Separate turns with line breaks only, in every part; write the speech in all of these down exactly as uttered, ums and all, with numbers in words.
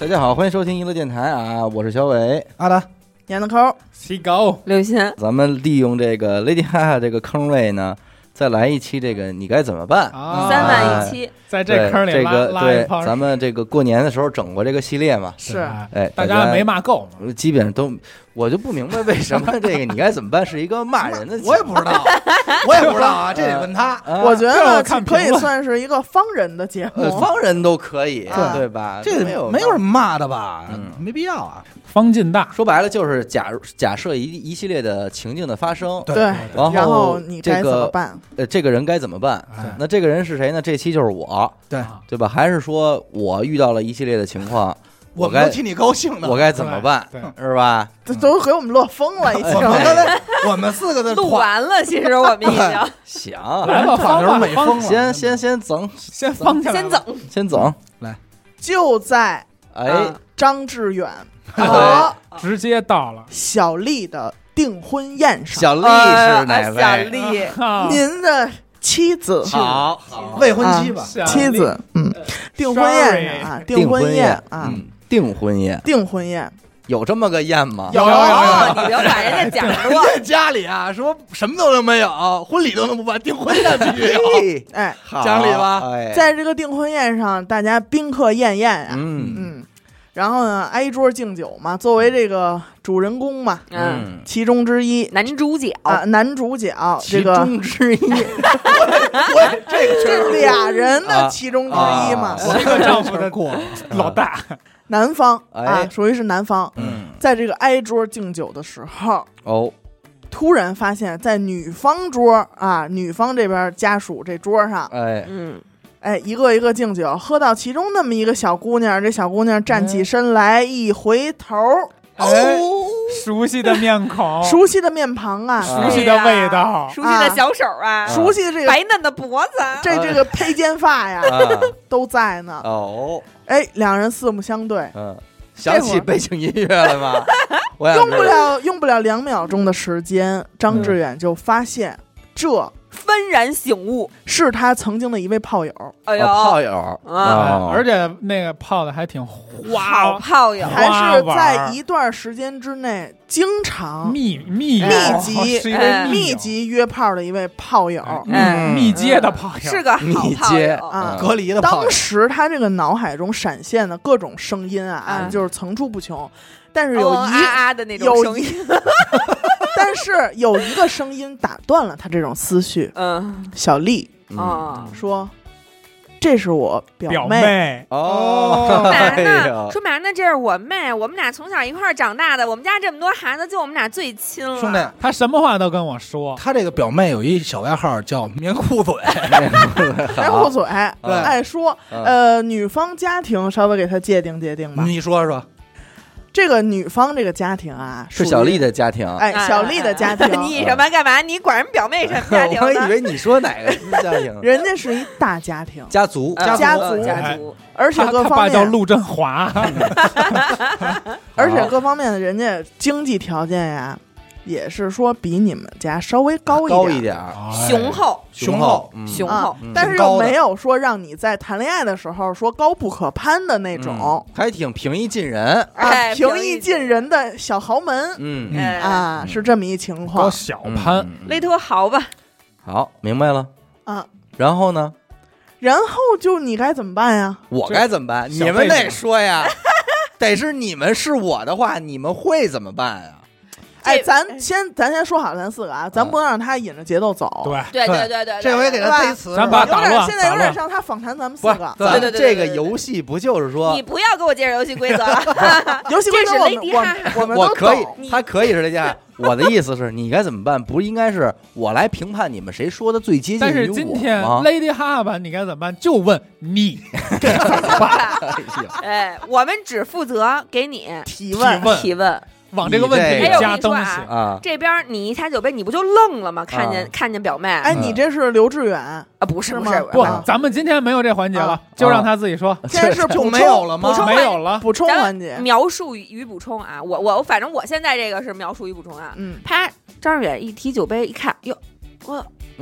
大家好，欢迎收听娱乐电台啊，我是小伟，
阿达，
闫子抠，
西高，
刘鑫，
咱们利用这个 Lady Gaga 这个坑位呢，再来一期这个你该怎么办？
啊、
三万一期，
在这坑里拉、
这个
拉
对
一泡，
咱们这个过年的时候整过这个系列嘛，
是，
哎，
大家没骂够嘛，
基本上都，我就不明白为什么这个你该怎么办是一个骂人的，
我也不知道，我也不知道啊，这得问他。
啊、
我觉得
看
可以算是一个方人的节目，
呃、方人都可以，
对
对吧？
这个
没有
没有什么骂的吧？
嗯，
没必要啊。
方劲大，
说白了就是假假设一一系列的情境的发生，
对，
然后
然后你该怎么办？
呃，这个人该怎么办？那这个人是谁呢？这期就是我，
对
对吧？还是说我遇到了一系列的情况，
我们都替你高兴的，
我该怎么办？是吧？
这都给我们乐疯了，已经。
我们刚才我们四个的
录完了，其实我们已经
行，
来吧，
方流美疯了，
先先先整，
先放起来，
先整，
先整，
来，
就在
哎，
张志远和
直接到了
小丽的订婚宴上。
小丽是哪位？
小丽，
您的妻子，
好，好，
未婚妻吧？
妻子，嗯，订婚宴上啊，订婚宴啊，
订婚宴，
订婚宴
有这么个宴吗？
有有有有，
你别把人家讲
人家家里啊，说什么都能没有，婚礼都能不办，订婚宴必须有。
哎，
讲理吧？
在这个订婚宴上，大家宾客宴宴啊，
嗯
嗯。然后呢，挨桌敬酒嘛，作为这个主人公嘛，
嗯，
其中之一，
男主角
啊，男主角，这个
其中之一，
我这个
这俩人的其中之一嘛，
我这个丈夫的过老大，
男方
哎
啊，属于是男方，
嗯，
在这个挨桌敬酒的时候，
哦，
突然发现，在女方桌啊，女方这边家属这桌上，
哎，
嗯。
哎，一个一个敬酒，喝到其中那么一个小姑娘，这小姑娘站起身来，一回头，
哦，熟悉的面孔，
熟悉的面庞啊，
熟悉的味道，
熟悉的小手啊，
熟悉的这个
白嫩的脖子，
这这个披肩发呀，都在呢。
哦，
哎，两人四目相对，
嗯，想起背景音乐了吗？我
用不了用不了两秒钟的时间，张志远就发现这。
幡然醒悟，
是他曾经的一位炮友。
哎呦，
炮友
啊！
而且那个泡的还挺花，
好炮友，
还是在一段时间之内经常
密密
密集密集约炮的一位炮友，
嗯，密接的炮友，
是个好炮友
啊，
隔离的炮友。
当时他这个脑海中闪现的各种声音啊，就是层出不穷。但是有一
啊啊的那种声音，
但是有一个声音打断了他这种思绪。
嗯，
小丽
啊
说：“这是我表妹。
表妹
哦，
说嘛呢？说嘛呢？这是我妹，我们俩从小一块儿长大的，我们家这么多孩子，就我们俩最亲了。
兄弟，
他什么话都跟我说。
他这个表妹有一小外号叫棉裤嘴，
棉裤嘴，爱说。呃，女方家庭稍微给他界定界定吧。
你说说。”
这个女方这个家庭啊，
是小丽的家庭。
哎，小丽的家庭，
你什么干嘛？你管人表妹什么家庭？
我以为你说哪个家庭？
人家是一大家庭，
家族，
家
族，家族，
而且各方面，
他爸叫陆振华，
而且各方面的人家经济条件呀，也是说比你们家稍微高一点，
高一点，
雄厚，
雄厚，
雄厚，
但是又没有说让你在谈恋爱的时候说高不可攀的那种，
还挺平易近人
啊，平易近人的小豪门，
嗯
啊，是这么一情况，
小攀，
勒托豪吧，
好，明白了
啊，
然后呢？
然后就你该怎么办呀？
我该怎么办？你们得说呀，得是你们是我的话，你们会怎么办呀？
哎，咱先咱先说好，咱四个啊，咱不能让他引着节奏走。
对对对对对，
这回给他背词，
咱把打乱。
现在有点像他访谈咱们四个。
对对对，
这个游戏不就是说，
你不要给我介绍游戏规则了。
游戏规则我们我们
我可以，他可以是这样。我的意思是你该怎么办？不应该是我来评判你们谁说的最接近于我吗？
但是今天 Lady Gaga 你该怎么办？就问你该怎么办？
哎，我们只负责给你
提问
提问。
往这个问题里加东西
啊！这边你一抬酒杯，你不就愣了吗？看见看见表妹，
哎，你这是刘志远啊？
不是不是
不，咱们今天没有这环节了，就让他自己说。
现在是
就没有了吗？
没有了，
补充环节，
描述与补充啊！我我反正我现在这个是描述与补充啊。
嗯，
啪，张志远一提酒杯一看，哟，我好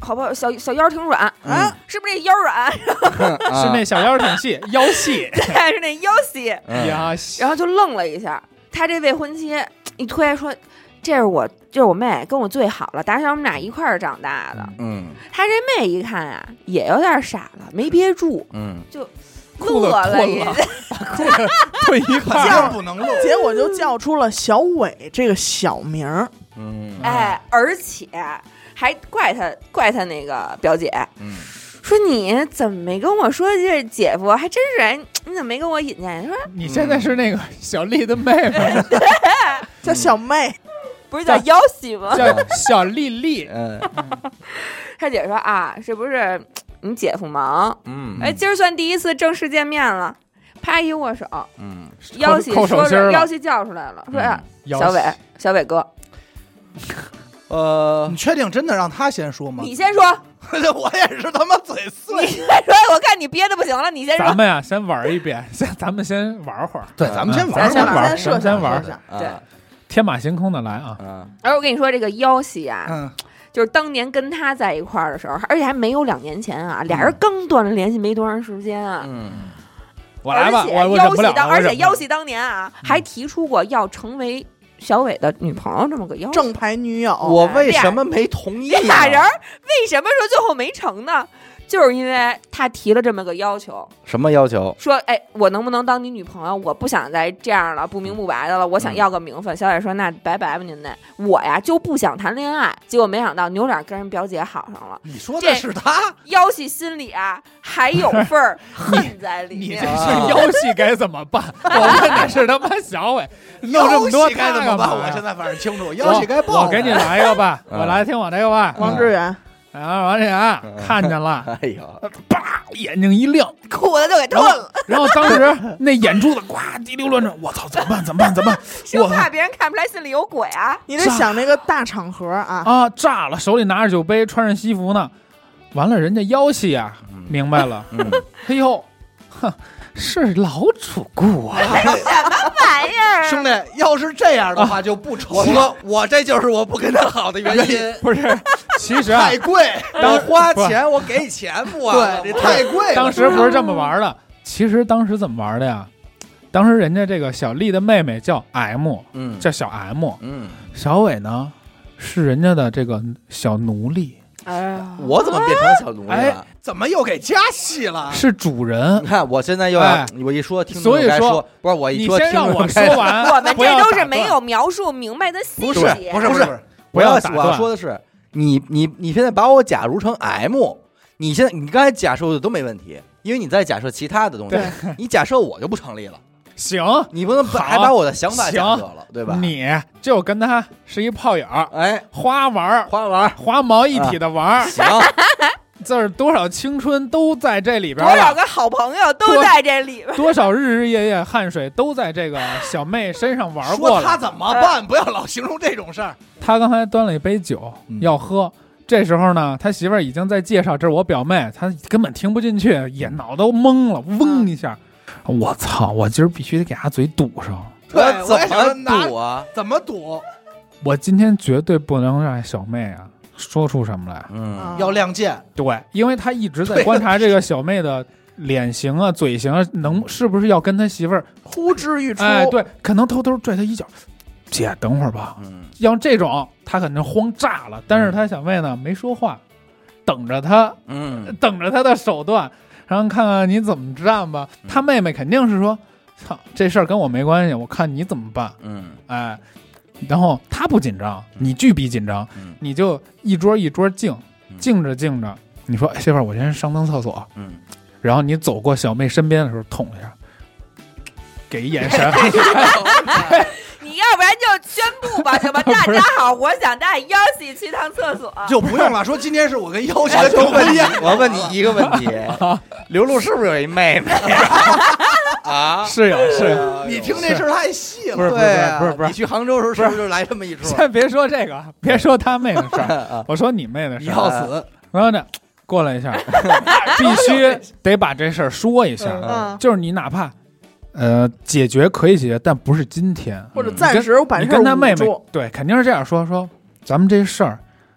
好不好？小小腰挺软
嗯
啊，是不是这腰软？
是那小腰挺细，腰细，
对，是那腰细。
嗯
腰细。
然后就愣了一下，他这未婚妻一推说：“这是我，这是我妹，跟我最好了，打小我们俩一块儿长大的。”
嗯
他这妹一看啊，也有点傻了，没憋住，
嗯，
就
裤子
乐了一
脱了，把裤子退一块
这
儿。
样不能录。
结果就叫出了小伟这个小名儿。
嗯
哎，而且还怪他怪他那个表姐，
嗯
说你怎么没跟我说这姐夫？还真是，哎，你怎么没跟我引荐？说
你现在是那个小丽的妹妹，
叫小妹，
不是叫妖西吗？
叫小丽丽。
嗯
他姐说啊，是不是你姐夫忙？
嗯
哎，今儿算第一次正式见面了，啪一握手，
嗯
妖西
扣手
说着，
心了
妖西叫出来了，说呀，
腰
小伟，小伟哥，
呃
你确定真的让他先说吗？
你先说，
我也是他妈嘴
你
碎。
先说，我看你憋的不行了，你先说。
咱们呀，先玩一遍，先咱们先玩会儿。
对咱们先玩
咱先玩，
咱先设
咱先玩
设，想
对
啊
天马行空的来啊！
啊
而我跟你说，这个妖西啊，
嗯，
就是当年跟他在一块儿的时候，而且还没有两年前啊，俩人刚断了联系没多长时间啊。
嗯
我来吧，
而且
我我忍
妖西当，
不了了，
而且
我忍不了
妖西当年啊，还提出过要成为小伟的女朋友这么个要求。
正牌女友。
我为什么没同意呢？
俩人为什么说最后没成呢？就是因为他提了这么个要求，
什么要求？
说，哎，我能不能当你女朋友？我不想再这样了，不明不白的了，我想要个名分。小伟说，那拜拜吧，您那我呀就不想谈恋爱。结果没想到扭脸跟人表姐好上了，
你说的是他，
妖西心里啊还有份儿恨在里面。
你这是妖戏该怎么办？我问的是他妈小伟，弄这么多
妖气该怎么办？
他干嘛呀
我现在反正清楚，妖气该报。
我给你来一个吧，
嗯
我来听我这个吧。
王志远，
啊，王志远看见了，
哎呀，
叭，眼睛一亮，
裤子就给脱了，
然后当时那眼珠子呱滴溜乱转，我操，怎么办？怎么办？怎么办？我
生怕别人看不出来心里有鬼啊！
你得想那个大场合啊，
啊，炸了！手里拿着酒杯，穿上西服呢。完了，人家妖气啊，明白了。
嗯
哎呦，哼，是老主顾啊！
什么玩意儿？
兄弟，要是这样的话就不愁了。
我这就是我不跟他好的原因。
不是，其实啊，
太贵，
我花钱，我给钱不完了
对，这太贵了。
当时不是这么玩的。其实当时怎么玩的呀？当时人家这个小丽的妹妹叫 M，
嗯
叫小 M，
嗯，
小伟呢是人家的这个小奴隶，
哎呀，
我怎么变成小奴隶
哎
了？
怎么又给加戏了？
是主人
你。看，我现在又要
哎
我一说，听众
所以说
又该说，不是我一
你
说，
先让我
听众该
说完，
我们
不要
这都是
打断
没有描述明白的细
不是
节。
不是不是不是，
我要我要
不要打断
说的是，你你你现在把我假如成 M，你现在你刚才假设的都没问题，因为你在假设其他的东西，你假设我就不成立了，
行，
你不能把
好
还把我的想法
行
假设了，对吧？
你就跟他是一炮友，
哎，
花玩儿
花玩
花毛一体的玩儿，
行，
这是多少青春都在这里边了，
多少个好朋友都在这里边。
多少日日夜夜汗水都在这个小妹身上玩过了。
说他怎么办？不要老形容这种事儿。
他刚才端了一杯酒
嗯
要喝，这时候呢，他媳妇儿已经在介绍这是我表妹，他根本听不进去，也脑都懵了，嗡一下，我操！我今儿必须得给他嘴堵上，
对
我怎
我也想
么
拿
赌啊？
怎么赌？
我今天绝对不能让小妹啊说出什么来。
嗯
啊
要亮剑，
对，因为他一直在观察这个小妹的脸型啊、嘴型啊，能是不是要跟他媳妇儿？
呼之欲出。
哎，对，可能偷偷拽他一脚。姐，等会儿吧。
嗯
要这种，他肯定慌炸了。但是他小妹呢，没说话，等着他，
嗯
等着他的手段，然后看看你怎么站吧。他妹妹肯定是说：“操，这事儿跟我没关系，我看你怎么办。
嗯”
哎，然后他不紧张，你巨逼紧张，
嗯
你就一桌一桌敬，
嗯
敬着敬着，你说：“哎媳妇儿，我先上趟厕所。”
嗯，
然后你走过小妹身边的时候，捅一下，给一眼神。
你要不然就宣布吧，行吧？大家好，我想带妖西去趟厕所。
就不用了。说今天是我跟妖气
我
的订婚宴，
我问你一个问题，刘露是不是有一妹妹啊？
是有是有，
你听这事儿太细了。
不是不是
对啊，
不是不是
你去杭州的时候是不是就来这么一出？
先别说这个，别说他妹的事儿，
啊
我说你妹的
你
事儿。
要死，
然后呢，过来一下，必须得把这事儿说一下，
嗯，
就是你哪怕呃解决可以解决，但不是今天。
或者暂时我把
你
这事儿
跟他妹妹
捂住。
对，肯定是这样说说，咱们这事儿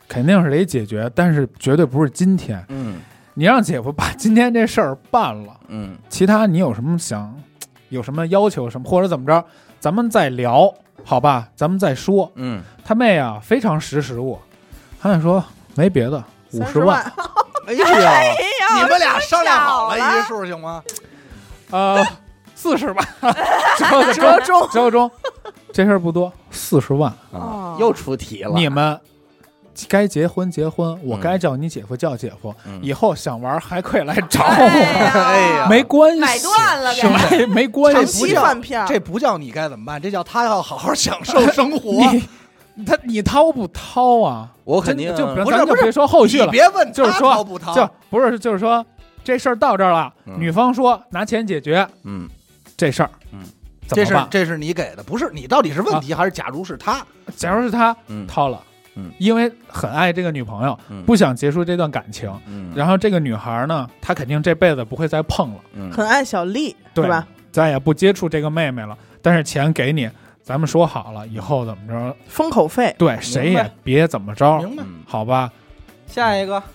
肯定是得解决，但是绝对不是今天。
嗯
你让姐夫把今天这事儿办了，
嗯
其他你有什么想，有什么要求什么，或者怎么着，咱们再聊，好吧？咱们再说。
嗯，
他妹啊，非常识时务，他就说没别的，五十
30
万，
万，
哎呀，
你们俩商量好了一数行吗？
呃，四十万，折个
折中
折个中，这事儿不多，四十万，
啊，又出题了。
你们该结婚结婚，我该叫你姐夫叫姐夫，
嗯
以后想玩还可以来找
哎
我，
呀
哎呀，
没关系，
买断了
兄弟，没关
长
系，
期饭票，
这不叫你该怎么办，这叫他要好好享受生活。
你他你掏不掏啊？
我肯定
真就
不是不是
咱就别说后续
你
了，
别问
就是说
他掏不掏，
就不是就是说这事儿到这儿了，
嗯
女方说拿钱解决
嗯，
这事儿，
嗯，
这
怎么办？
是这是你给的，不是你到底是问题还是假如是他？
假如是他
嗯
掏了，
嗯
因为很爱这个女朋友，
嗯
不想结束这段感情，
嗯，
然后这个女孩呢，她肯定这辈子不会再碰了，
嗯
很爱小丽，
对
是吧？
再也不接触这个妹妹了，但是钱给你，咱们说好了，以后怎么着，
封口费，
对谁也别怎么着，
明白？
嗯
好吧？
下一个，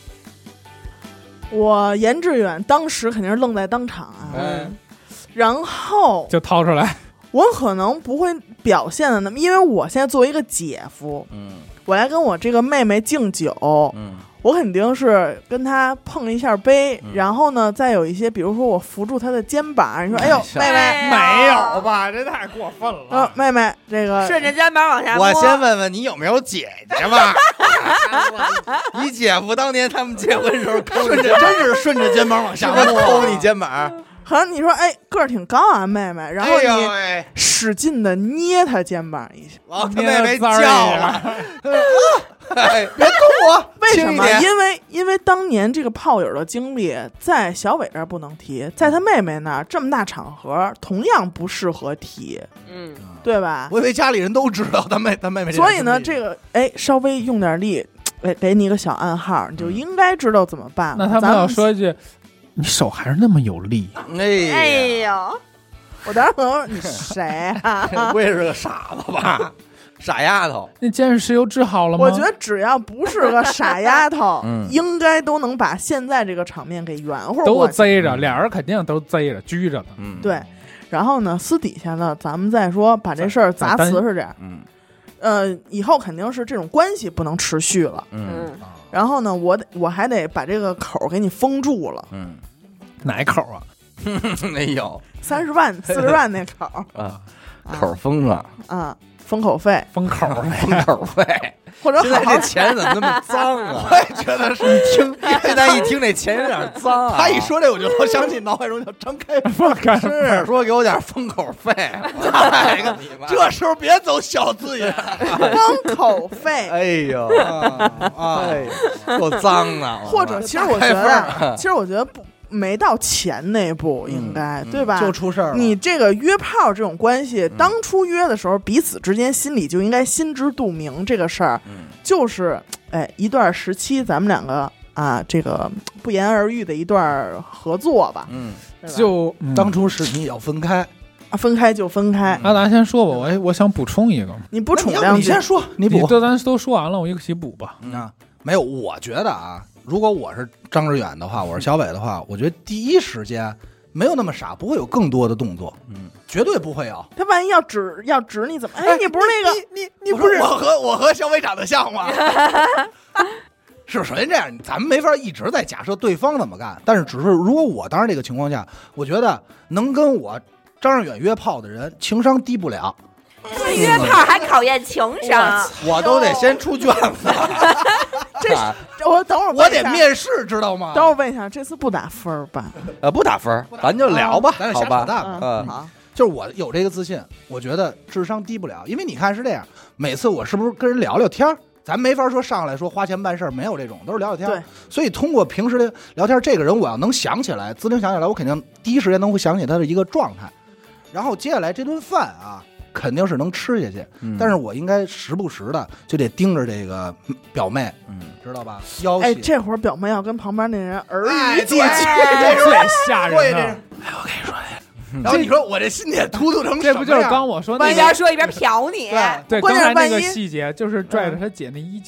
我严志远当时肯定是愣在当场啊，
哎
然后
就掏出来，
我可能不会表现的那么，因为我现在作为一个姐夫，
嗯
我来跟我这个妹妹敬酒，
嗯
我肯定是跟她碰一下杯，
嗯
然后呢，再有一些，比如说我扶住她的肩膀，你说，哎呦，妹妹，
哎
没
呀
有吧？这太过分
呃
了，，
妹妹，这个
顺着肩膀往下摸。
我先问问你有没有姐姐吧？你姐夫当年他们结婚时候抠
顺
你
着真是顺着肩膀往下
是不是
摸，
抠你肩膀？
好像你说，哎，个儿挺高啊，妹妹，然后
哎呦
你
喂，
使劲的捏她肩膀一下，
王他妹妹叫
捏字儿
了，哎，别动我，
为什么？
轻一点
因为因为当年这个炮友的经历，在小伟这儿不能提，在他妹妹那儿这么大场合，同样不适合提，
嗯，
对吧？
我以为家里人都知道他妹他妹妹这点
所以呢，
经历
这个哎，稍微用点力，哎，给你一个小暗号，你就应该知道怎么办了。
那他们
咱
要说一句，你手还是那么有力，
哎
哎
呀，
呦，
我当时可能说你谁啊？
不会是个傻子吧？傻丫头，
那监视石油治好了吗？
我觉得只要不是个傻丫头，
嗯
应该都能把现在这个场面给圆乎
都
过去。
贼着，俩人肯定都贼着，拘着呢。
嗯，
对，然后呢，私底下呢，咱们再说把这事儿砸
咱
瓷实点儿。
嗯
呃，以后肯定是这种关系不能持续了。
嗯
嗯，
然后呢，我得我还得把这个口儿给你封住了，
嗯，
哪口啊？
哎呦
三十万、四十万那口儿
啊，口封了，
啊，封口费，
封口呗。
封口费。
或者好好
现在这钱怎么那么脏啊？
我也觉得是。
一听，现在一听这钱有点脏啊。
他一说这，我就老想起脑海中叫张开
不敢
是说给我点封口费，哎个你妈！
这时候别走小字眼
封口费。
哎呦，
啊！
哎呦，够脏的。
或者，其实我觉
开分
得，其实我觉得不没到钱那步，
嗯
应该
嗯
对吧？
就出事儿了。
你这个约炮这种关系，当初约的时候，彼此之间心里就应该心知肚明，这个事儿
嗯
就是，哎，一段时期咱们两个啊，这个不言而喻的一段合作吧。
嗯
对吧
就嗯
当初是你也要分开，
啊，分开就分开，
阿达先说吧，我我想补充一个，
你不
那你要
宠两句
你先说，你补
你都咱都说完了，我一个起补吧。
嗯
啊。没有，我觉得啊，如果我是张志远的话，我是小伟的话，我觉得第一时间没有那么傻，不会有更多的动作，
嗯，
绝对不会有。
他万一要指要指你怎么？哎，你不是那个，
你你你不是我和我和小伟长得像吗？是不是？首先这样，咱们没法一直在假设对方怎么干，但是只是如果我当时这个情况下，我觉得能跟我张志远约炮的人，情商低不了。
这约炮还考验情商，
我都得先出卷子，
这
啊
我等会儿
我得
问一下，
面试，知道吗？
等会儿问一下，这次不打分儿吧？
呃，不打分儿，咱就聊吧，
咱就
好吧？
瞎扯淡吧。
嗯，
嗯
好，
就是我有这个自信，我觉得智商低不了，因为你看是这样，每次我是不是跟人聊聊天儿，咱没法说上来说花钱办事儿，没有这种，都是聊聊天儿。
对，
所以通过平时的聊天，这个人我要能想起来，资灵想起来，我肯定第一时间能会想起他的一个状态，然后接下来这顿饭啊，肯定是能吃下去，
嗯
但是我应该时不时的就得盯着这个表妹，
嗯，
知道吧？要挟
哎，这会儿表妹要跟旁边那人耳
哎
语几句，
对
最吓
我也这
人的，
然后你说我这心得突突成
这不就是
什么样
刚我说那
一
个
边说一边瞟你，
对
对
关
刚才那个
键是万一
细节，就是拽着他姐那衣角，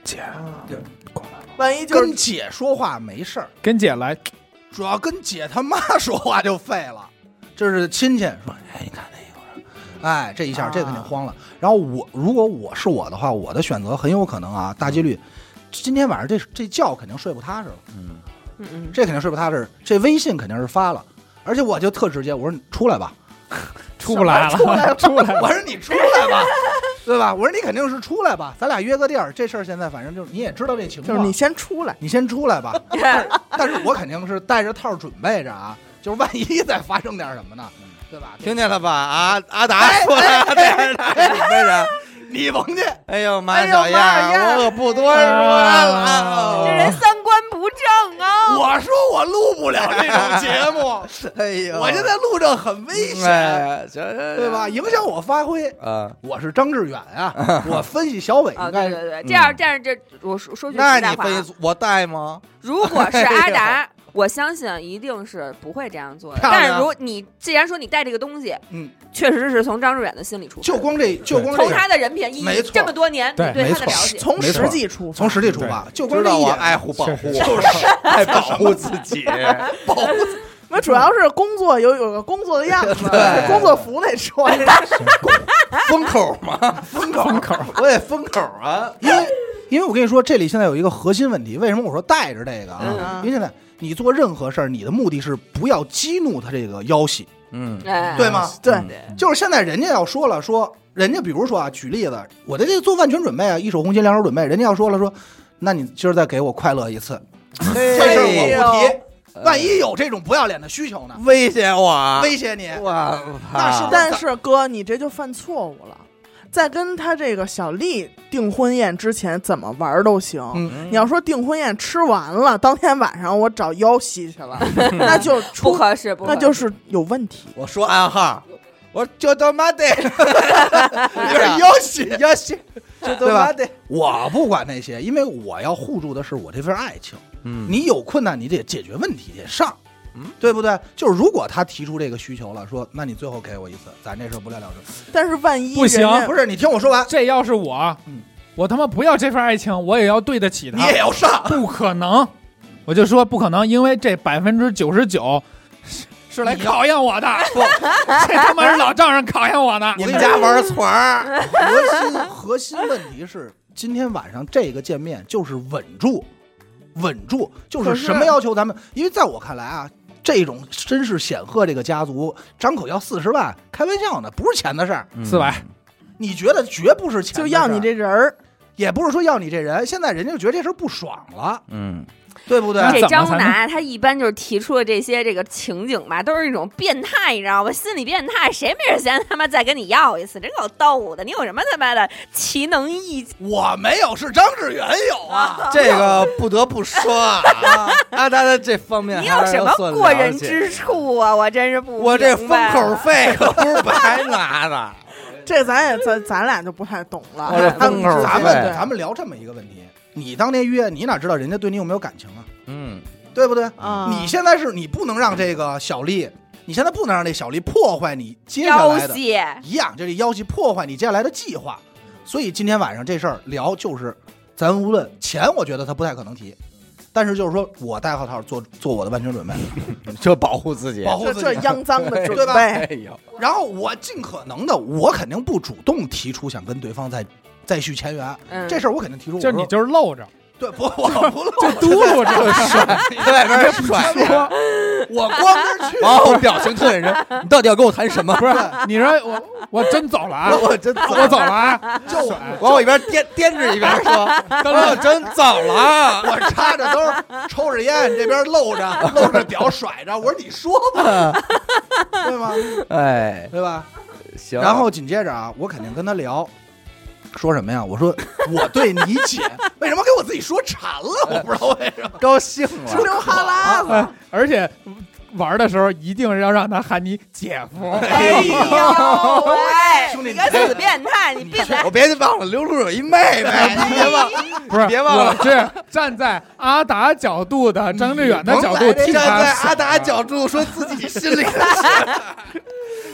姐
对
过来，
万一就是
跟姐说话没事儿，
跟姐来，
主要跟姐他妈说话就废了。这是亲戚说，哎，你看那个，哎，这一下这肯定慌了。然后我如果我是我的话，我的选择很有可能啊，大几率，今天晚上这这觉肯定睡不踏实了。
嗯，
嗯嗯，
这肯定睡不踏实，这微信肯定是发了，而且我就特直接，我说你出来吧，
出不来了，
出来
出来了，
我说你出来吧，对吧？我说你肯定是出来吧，咱俩约个地儿，这事儿现在反正就是你也知道这情况，
就是你先出来，
你先出来吧。但是我肯定是带着套准备着啊，就是万一再发生点什么呢，对吧？
听见了吧？啊，阿达说了，带着他准备着。
你甭去，
哎呦妈
哎呦
小
妈
样，我可不多说了。
这人三观不正啊！
我说我录不了这种节目，
哎呦，
我现在录着很危险，
哎，
对吧？影响我发挥。
啊，
我是张志远啊，我分析小伟
啊，
应该
对对对，这样这样这我说说句
那你
实在话啊，
分析我带吗？
如果是阿达，我相信一定是不会这样做的。
漂亮
但是如果你既然说你带这个东西，
嗯，
确实是从张志远的心里出发，
就光这就光
从
这
他的人品，以
没错
这么多年你
对
对他
没错
的了解，
从
没错
实际出发，
从实际出发，就光
知道我
这一点，
爱护保护，
是
就是
爱保护自己，
保护
那主要是工作有有个工作的样子，
对
工作服得穿。
封口嘛，封口，
封口，
我得封口啊。
因为因为我跟你说，这里现在有一个核心问题，为什么我说带着这个啊？
嗯
因为现在你做任何事儿，你的目的是不要激怒他这个妖喜，
嗯，
哎，
对吗？
对，
对，
就是现在人家要说了说，人家比如说啊，举例子，我的这个做万全准备啊，一手红心两手准备，人家要说了说，那你今儿再给我快乐一次，这事儿我不提。万一有这种不要脸的需求呢？
威胁我，
威胁你，
我
那是不是
但是哥，你这就犯错误了。在跟他这个小丽订婚宴之前，怎么玩都行。
嗯，
你要说订婚宴吃完了，当天晚上我找妖西去了，那就
不
出，
合适，不合适
那就是有问题。
我说暗号，我说就他妈的，
有点要挟。
要死，就他妈的，
我不管那些，因为我要护住的是我这份爱情。
嗯
你有困难，你得解决问题，得上，
嗯，
对不对？就是如果他提出这个需求了，说那你最后给我一次，咱这事儿不了了之。
但是万一
不行
人家
不是，你听我说完，
这要是我，
嗯
我他妈不要这份爱情，我也要对得起他。
你也要上。
不可能，我就说不可能，因为这百分之九十九是来考验我的，这他妈是老丈人考验我的。
你们家玩团儿，
核心核心问题是，今天晚上这个见面就是稳住，稳住，就是什么要求咱们？因为在我看来啊，这种身世显赫这个家族，张口要四十万，开玩笑呢，不是钱的事儿。
四百，
你觉得绝不是钱的事儿，
就要你这人儿，
也不是说要你这人，现在人家就觉得这事儿不爽了，
嗯，
对不对？
那
这
怎么才能
张拿他一般就是提出的这些这个情景吧，都是一种变态，你知道吗？心理变态，谁没事闲他妈再跟你要一次，真够逗的。你有什么他妈的奇能异技？
我没有，是张志远有啊。
这个不得不说啊，阿达的这方面
你有什么
还是
过人
算了解
之处啊？我真是不
我这封
明白
口费可不是白拿的。
这咱也咱咱俩就不太懂了。
我这
他们
风口
之间
咱们
对
咱们聊这么一个问题，你当年约，你哪知道人家对你有没有感情啊？
嗯，
对不对？
啊，
你现在是你不能让这个小丽，你现在不能让这小丽破坏你接下
要
来的
挟，
一样，这个要挟破坏你接下来的计划。所以今天晚上这事儿聊就是，咱无论钱，我觉得他不太可能提，但是就是说我戴好套做做我的万全准备，
就保护自己，
保护自己
这这肮脏的准
对吧
备，
哎呦，
然后我尽可能的，我肯定不主动提出想跟对方再再续前缘，
嗯，
这事儿我肯定提出。
就你
我说
就是露着，
对不，我不露
就嘟噜着
甩在外边甩
说，
我光跟去，
然后表情特认真，你到底要跟我谈什么？不是，
你说我我真走了啊，
我真走
我走了啊，
就我
往我一边颠颠着一边说，我真走了。
我插着兜抽着烟，这边露着露着表甩着，我说你说吧，对吗？
哎，
对吧？
行，
然后紧接着啊，我肯定跟他聊，说什么呀？我说我对你姐为什么给我自己说馋了？我不知道为什么。
高兴了，
出流哈喇子。
哎而且玩的时候一定是要让他喊你姐夫。
哎呦喂，
兄弟
你个死变态，你闭嘴！
我别忘了刘叔有一妹妹，你别忘，
不是，
别忘了
我是站在阿达角度的张志远的角度替
站在
他
阿达角度说自己心里的事。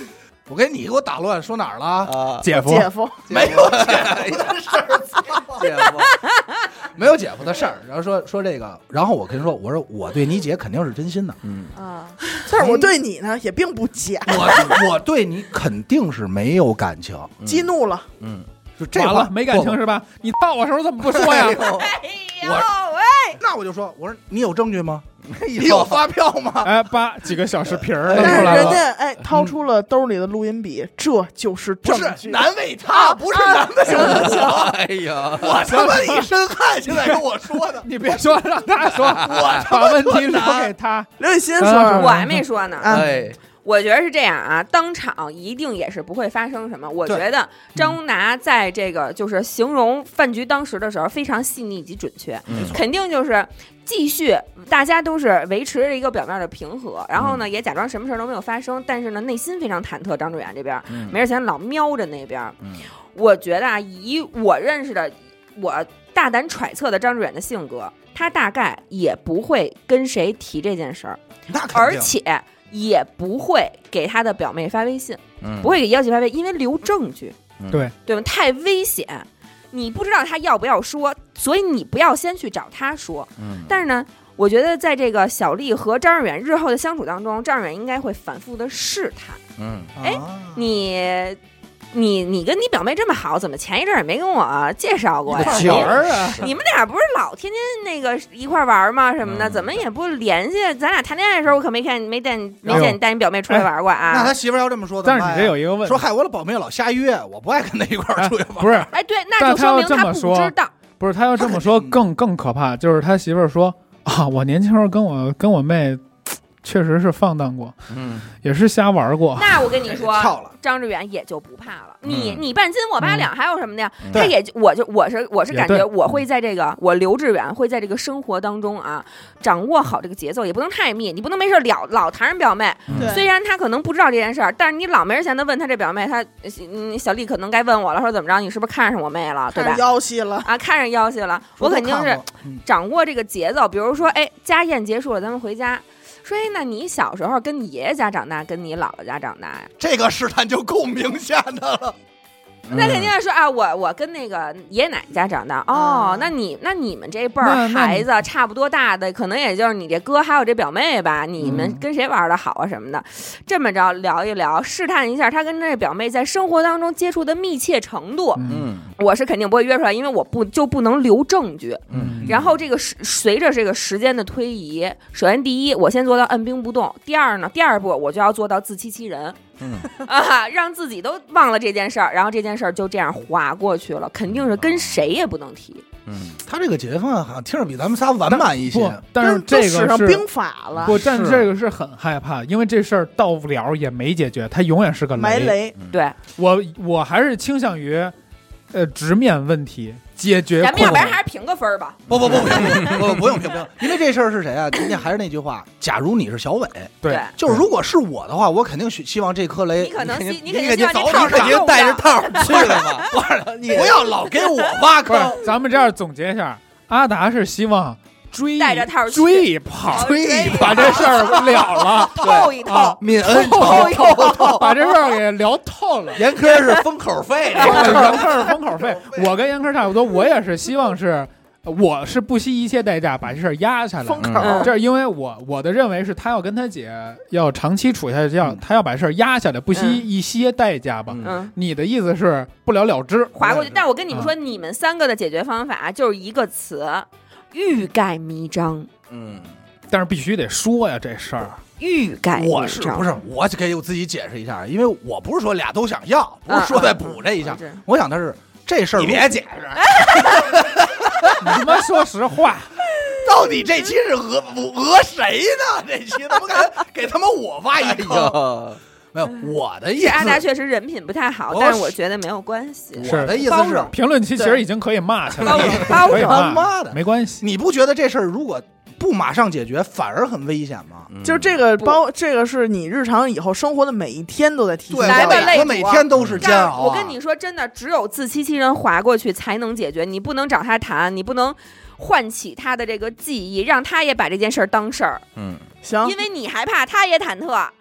我给你给我打乱，说哪儿了？
啊，
姐夫，
姐夫，
没有姐夫的事儿，
姐夫，
没有姐夫的事儿。然后说说这个，然后我跟你说，我说我对你姐肯定是真心的，
嗯
啊，
但是我对你呢也并不假，
我我对你肯定是没有感情，
激怒了，
嗯，
就这话
完了没感情是吧？你抱我时候怎么不说呀？
哎呦
我
喂，
那我就说，我说你有证据吗？
你
你有发票吗？
哎，把几个小视频儿弄
但是人
出来了。
家哎掏出了兜里的录音笔，这就是
不
证据。
是难为他，不是难为我。
哎呀，
我他妈一身汗，现在跟我说的，
你别说，让他说，
我
把问题留给他。
刘雨欣说
啊
我还没说呢。
啊
哎，
我觉得是这样啊，当场一定也是不会发生什么。我觉得张荣达在这个就是形容饭局当时的时候非常细腻以及准确，
嗯
肯定就是继续大家都是维持着一个表面的平和，然后呢也假装什么事儿都没有发生，但是呢内心非常忐忑。张志远这边
嗯
没事闲老瞄着那边，
嗯
我觉得啊，以我认识的，我大胆揣测的张志远的性格，他大概也不会跟谁提这件事儿，
那肯定
而且也不会给他的表妹发微信，
嗯
不会给幺姐发微信，因为留证据，
对
对吧？太危险，你不知道他要不要说，所以你不要先去找他说。
嗯，
但是呢，我觉得在这个小丽和张志远日后的相处当中，张志远应该会反复的试探
嗯
哎
啊
你。你你跟你表妹这么好，怎么前一阵儿也没跟我介绍过呀？
你个角儿
啊，
你们俩不是老天天那个一块儿玩吗？什么的，
嗯
怎么也不联系？咱俩谈恋爱的时候，我可没看没带你没
哎呦
见你带你表妹出来玩过啊。
那他媳妇儿要这么说，
但是你这有
一
一个问题
说，害我的宝妹老瞎约，我不爱跟他一块儿出去玩。
不是
哎，对，那就
但他要
说明他不
这么说
知道。
不是，他要这么说更更可怕，就是他媳妇儿说啊，我年轻时候跟我跟我妹确实是放荡过，
嗯
也是瞎玩过。
那我跟你说，
跳了，
张志远也就不怕了。你
嗯
你半斤我八两，还有什么的呀？
嗯
他也就我就我是我是感觉
也对
我会在这个我刘志远会在这个生活当中啊，掌握好这个节奏，也不能太密，你不能没事老老谈人表妹。
对
虽然他可能不知道这件事儿，但是你老没人闲的问他这表妹，他嗯小丽可能该问我了，说怎么着，你是不是看上我妹了，对吧
看？要挟了，
啊，看上要挟了，我
说都
肯定是
看过嗯
掌握这个节奏。比如说，哎，家宴结束了，咱们回家。说，哎，那你小时候跟你爷爷家长大，跟你姥姥家长大呀？
这个试探就够明显的了。
那肯定是说啊，我我跟那个爷爷奶奶家长大。哦，
嗯
那你那你们这辈
那
儿
那你
孩子差不多大的，可能也就是你这哥还有这表妹吧？你们
嗯
跟谁玩的好啊什么的？这么着聊一聊，试探一下他跟这表妹在生活当中接触的密切程度。
嗯
我是肯定不会约出来，因为我不就不能留证据。
嗯
然后这个时随着这个时间的推移，首先第一，我先做到按兵不动；第二呢，第二步我就要做到自欺欺人
嗯
啊，让自己都忘了这件事儿，然后这件事儿就这样划过去了，肯定是跟谁也不能提。
嗯
他这个解决方案好像听着比咱们仨完满一
不
些。，
但是
都
这个是
使上兵法了，
不，但
是
这个是很害怕，因为这事儿到不了也没解决，它永远是个
埋雷，
对，
我我还是倾向于，呃，直面问题，解决
咱们要
困惑。
不然还是评个分儿吧。
不不不不不不用评不用，因为这事儿是谁啊？今天还是那句话，假如你是小伟，
对，
就是如果是我的话，我肯定希希望这颗雷
你可能希你
你肯定
肯定希望这套
你肯定带着套儿去的嘛，
不是你不要老给我挖
不是
坑。，
咱们这样总结一下，阿达是希望追
带着套儿去
追一炮，
追一炮
把这事儿了了，
透一透
啊，
泯恩
透一透，
把这事儿给聊透了。
严科是封口费，
严科是封口费，我跟严科差不多，我也是希望是，我是不惜一切代价把这事儿压下来。
封口
嗯
这是因为我我的认为是他要跟他姐要长期处下去，要
嗯
他要把事儿压下来，不惜
嗯
一些代价吧。
嗯
嗯。
你的意思是不了了之，
划过去，但我跟你
啊
们说，你们三个的解决方法就是一个词：欲盖弥彰。
嗯
但是必须得说呀，这事儿。
欲盖弥彰。
我是不是我给我自己解释一下，因为我不是说俩都想要，不是说再补这一下，
嗯嗯
我想的是这事儿
你别解释，
你他妈说实话，
到底这期是讹讹谁呢？这期怎么感觉给他妈我挖一
哎
坑？
呀，
没有，我的意
这阿达
思，
确实人品不太好，
我
但是我觉得没有关系。
我的意思是
包容，
评论区其实已经可以骂起来
包
了，
容包容，
可以骂，
他妈的
没关系。
你不觉得这事儿如果不马上解决，反而很危险吗？
就是这个
不
包，这个是你日常以后生活的每一天都在提醒
对，
来吧
我每我
累主
每天都是煎
但
熬啊。
我跟你说，真的，只有自欺欺人划过去才能解决。你不能找他谈，你不能唤起他的这个记忆，让他也把这件事儿当事儿，
嗯
行
因，为你害怕，他也忐忑。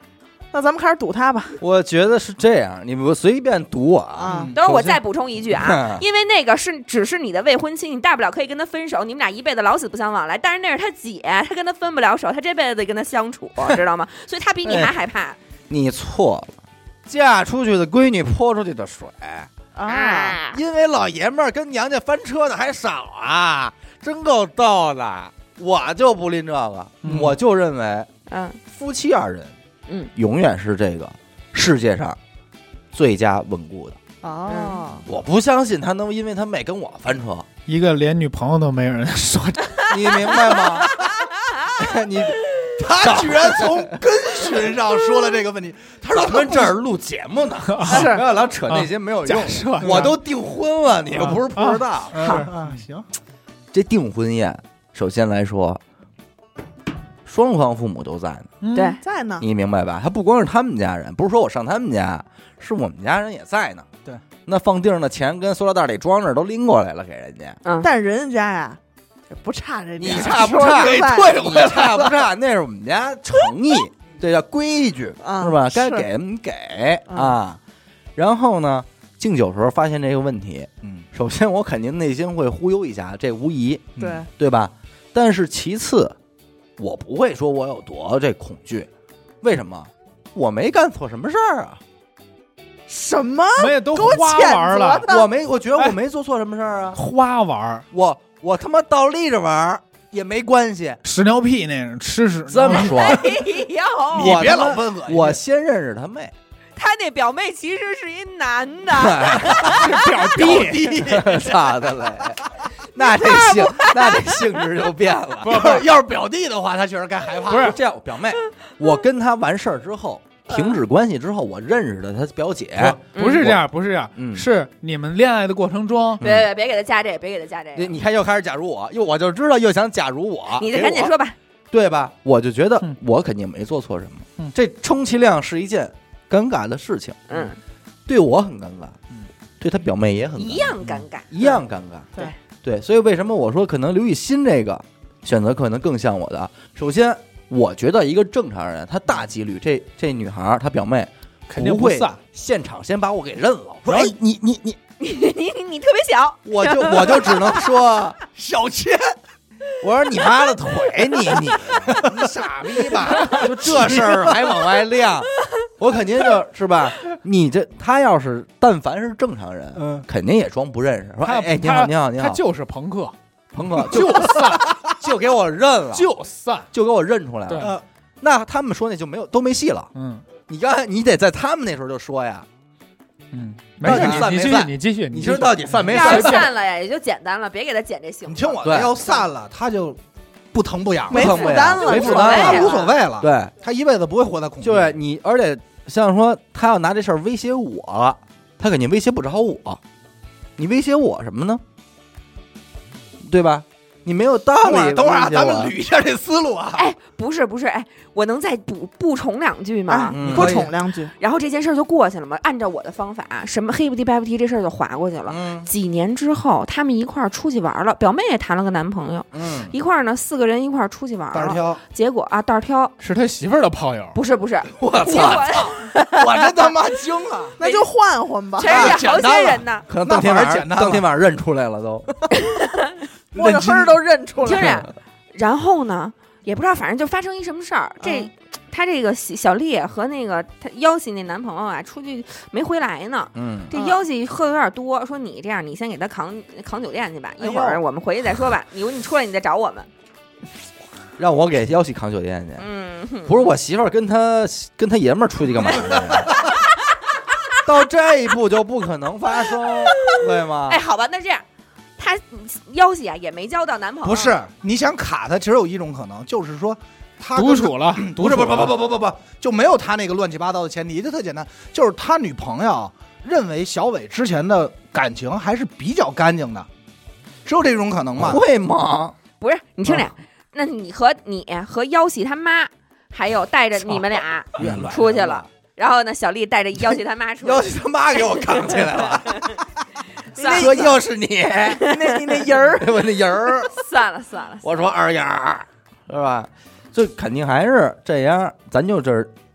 那咱们开始赌他吧。
我觉得是这样，你不随便赌我啊。
嗯
等会儿我再补充一句啊，因为那个是只是你的未婚妻，你大不了可以跟他分手，你们俩一辈子老死不相往来。但是那是他姐，他跟他分不了手，他这辈子得跟他相处，知道吗？所以他比你还害怕。
你错了，嫁出去的闺女泼出去的水，
啊，
因为老爷们儿跟娘家翻车的还少啊，真够逗的。我就不拎这个，
嗯
我就认为
嗯
夫妻二人，
嗯，
永远是这个世界上最佳稳固的。
哦，
我不相信他能因为他妹跟我翻车，
一个连女朋友都没有人说，
你明白吗？你
他居然从根循上说了这个问题。他说
咱们这儿录节目呢，
是
不要老扯那些没有用
假设
的。我都订婚了，你又不是不知道。
嗯
啊，行，
这订婚宴，首先来说，双方父母都在呢，
嗯
对，
在呢。
你明白吧？他不光是他们家人，不是说我上他们家，是我们家人也在呢。
对，
那放地上的钱跟塑料袋里装着都拎过来了，给人家。
嗯，
但人家呀，也不差这点，
你差不差？
说实在
退
你差不差？那是我们家诚意，这叫规矩，
啊
是吧？该
是
给你给
嗯
啊。然后呢，敬酒时候发现这个问题，
嗯，
首先我肯定内心会忽悠一下，这无疑，
对，
对吧？但是其次，我不会说我有多这恐惧，为什么？我没干错什么事儿啊，
什么？
没都
给我
花
谴
玩了，
责他
我没，我觉得我没做错什么事儿啊，
花玩
我我他妈倒立着玩儿也没关系。
屎尿屁那种吃屎。
这么说，
哎
你
呦，
我他妈
别老问恶心
我先认识他妹，
他那表妹其实是一男的，
是表弟，
操的嘞！那这性那这性质就变了。
不是不是，要是表弟的话，他确实该害怕。
不是
这样，表妹，我跟她完事儿之后，停止关系之后，我认识的她表姐。
不是这样，不是这样，
嗯
是你们恋爱的过程中，
别别别给他加这个，别给他加这个，
你你看又开始假如我，又我就知道又想假如我，
你再
给我
赶紧说吧。
对吧？我就觉得
嗯
我肯定没做错什么，
嗯
这充其量是一件尴尬的事情，
嗯，
对我很尴尬，
嗯
对他表妹也很尴尬
一样尴尬。
一样尴尬。
对
对，所以为什么我说可能刘雨欣这个选择可能更像我的？首先，我觉得一个正常人，他大几率这这女孩儿她表妹
肯定
不会
不散。
现场先把我给认了，说
然后
哎你你你，
你你你特别小，
我就我就只能说，
小千，
我说你妈的腿你你你傻逼吧？就这事儿还往外亮，我肯定就是吧？你这他要是但凡是正常人，
嗯，
肯定也装不认识，说
他
哎哎你好
他
你好你好，
他就是朋克，
鹏哥就散就给我认了，
就散。
就给我认出来
对
了。那他们说那就没有都没戏了。
嗯
你刚才你得在他们那时候就说呀，
嗯，没事，
到底
你你继续，
散没散
你继续，继续
你说到底散没
要是
散？
散了呀，也就简单了，别给他剪这性
你
子。
对
听我的，要散了，他就不疼不痒了，
没
不疼不
负担了
痒没负
无所
担了。
谓了
他无所谓了。
对，
他一辈子不会活在恐惧。
就是你，而且像说他要拿这事儿威胁我了，他肯定威胁不着我。你威胁我什么呢？对吧？你没有道理
等会儿，等会儿啊，
威胁我
咱们捋一下这思路啊。
哎，不是不是，哎，我能再补补充两句吗？
啊，
嗯
多宠两句。
然后这件事儿就过去了嘛。按照我的方法，什么黑不提白不提，这事儿就划过去了。
嗯
几年之后，他们一块儿出去玩了，表妹也谈了个男朋友，
嗯，
一块儿呢四个人一块儿出去玩了。
单挑，
结果啊，袋儿挑
是他媳妇儿的炮友，
不是不是，
我
结
操，
果
我这他妈惊了。
那就换换吧，
全是好些人呢。
可能当天晚上
那反而简单了
当天晚上认出来了都。
摸着黑儿都认出
听
来了。
着，然后呢，也不知道，反正就发生一什么事儿。这、
嗯
他这个小小丽和那个他妖西那男朋友啊，出去没回来呢。
嗯
这
嗯
妖西喝的有点多，说你这样，你先给他扛扛酒店去吧，一会
哎呦
儿我们回去再说吧。你你出来你再找我们。
让我给妖西扛酒店去。
嗯，哼
不是我媳妇儿跟他跟他爷们儿出去干嘛去？到这一步就不可能发生，对吗？
哎，好吧，那这样，他妖西啊也没交到男朋友，
不是，你想卡他，只有一种可能，就是说他跟
独处了，
不是不是不
独处了
不不不不不，就没有他那个乱七八糟的前提，就特简单，就是他女朋友认为小伟之前的感情还是比较干净的，只有这种可能嘛？
会吗？
不是，你听着，
啊
那你和你和妖西他妈，还有带着你们俩
越乱
出去了。然后呢，小丽带着妖西他妈出去，
妖西他妈给我扛起来了，
算了
说又是你，
那你那人儿，
我那人儿，
算了算了，
我说二丫儿，是吧？这肯定还是这样，咱就这儿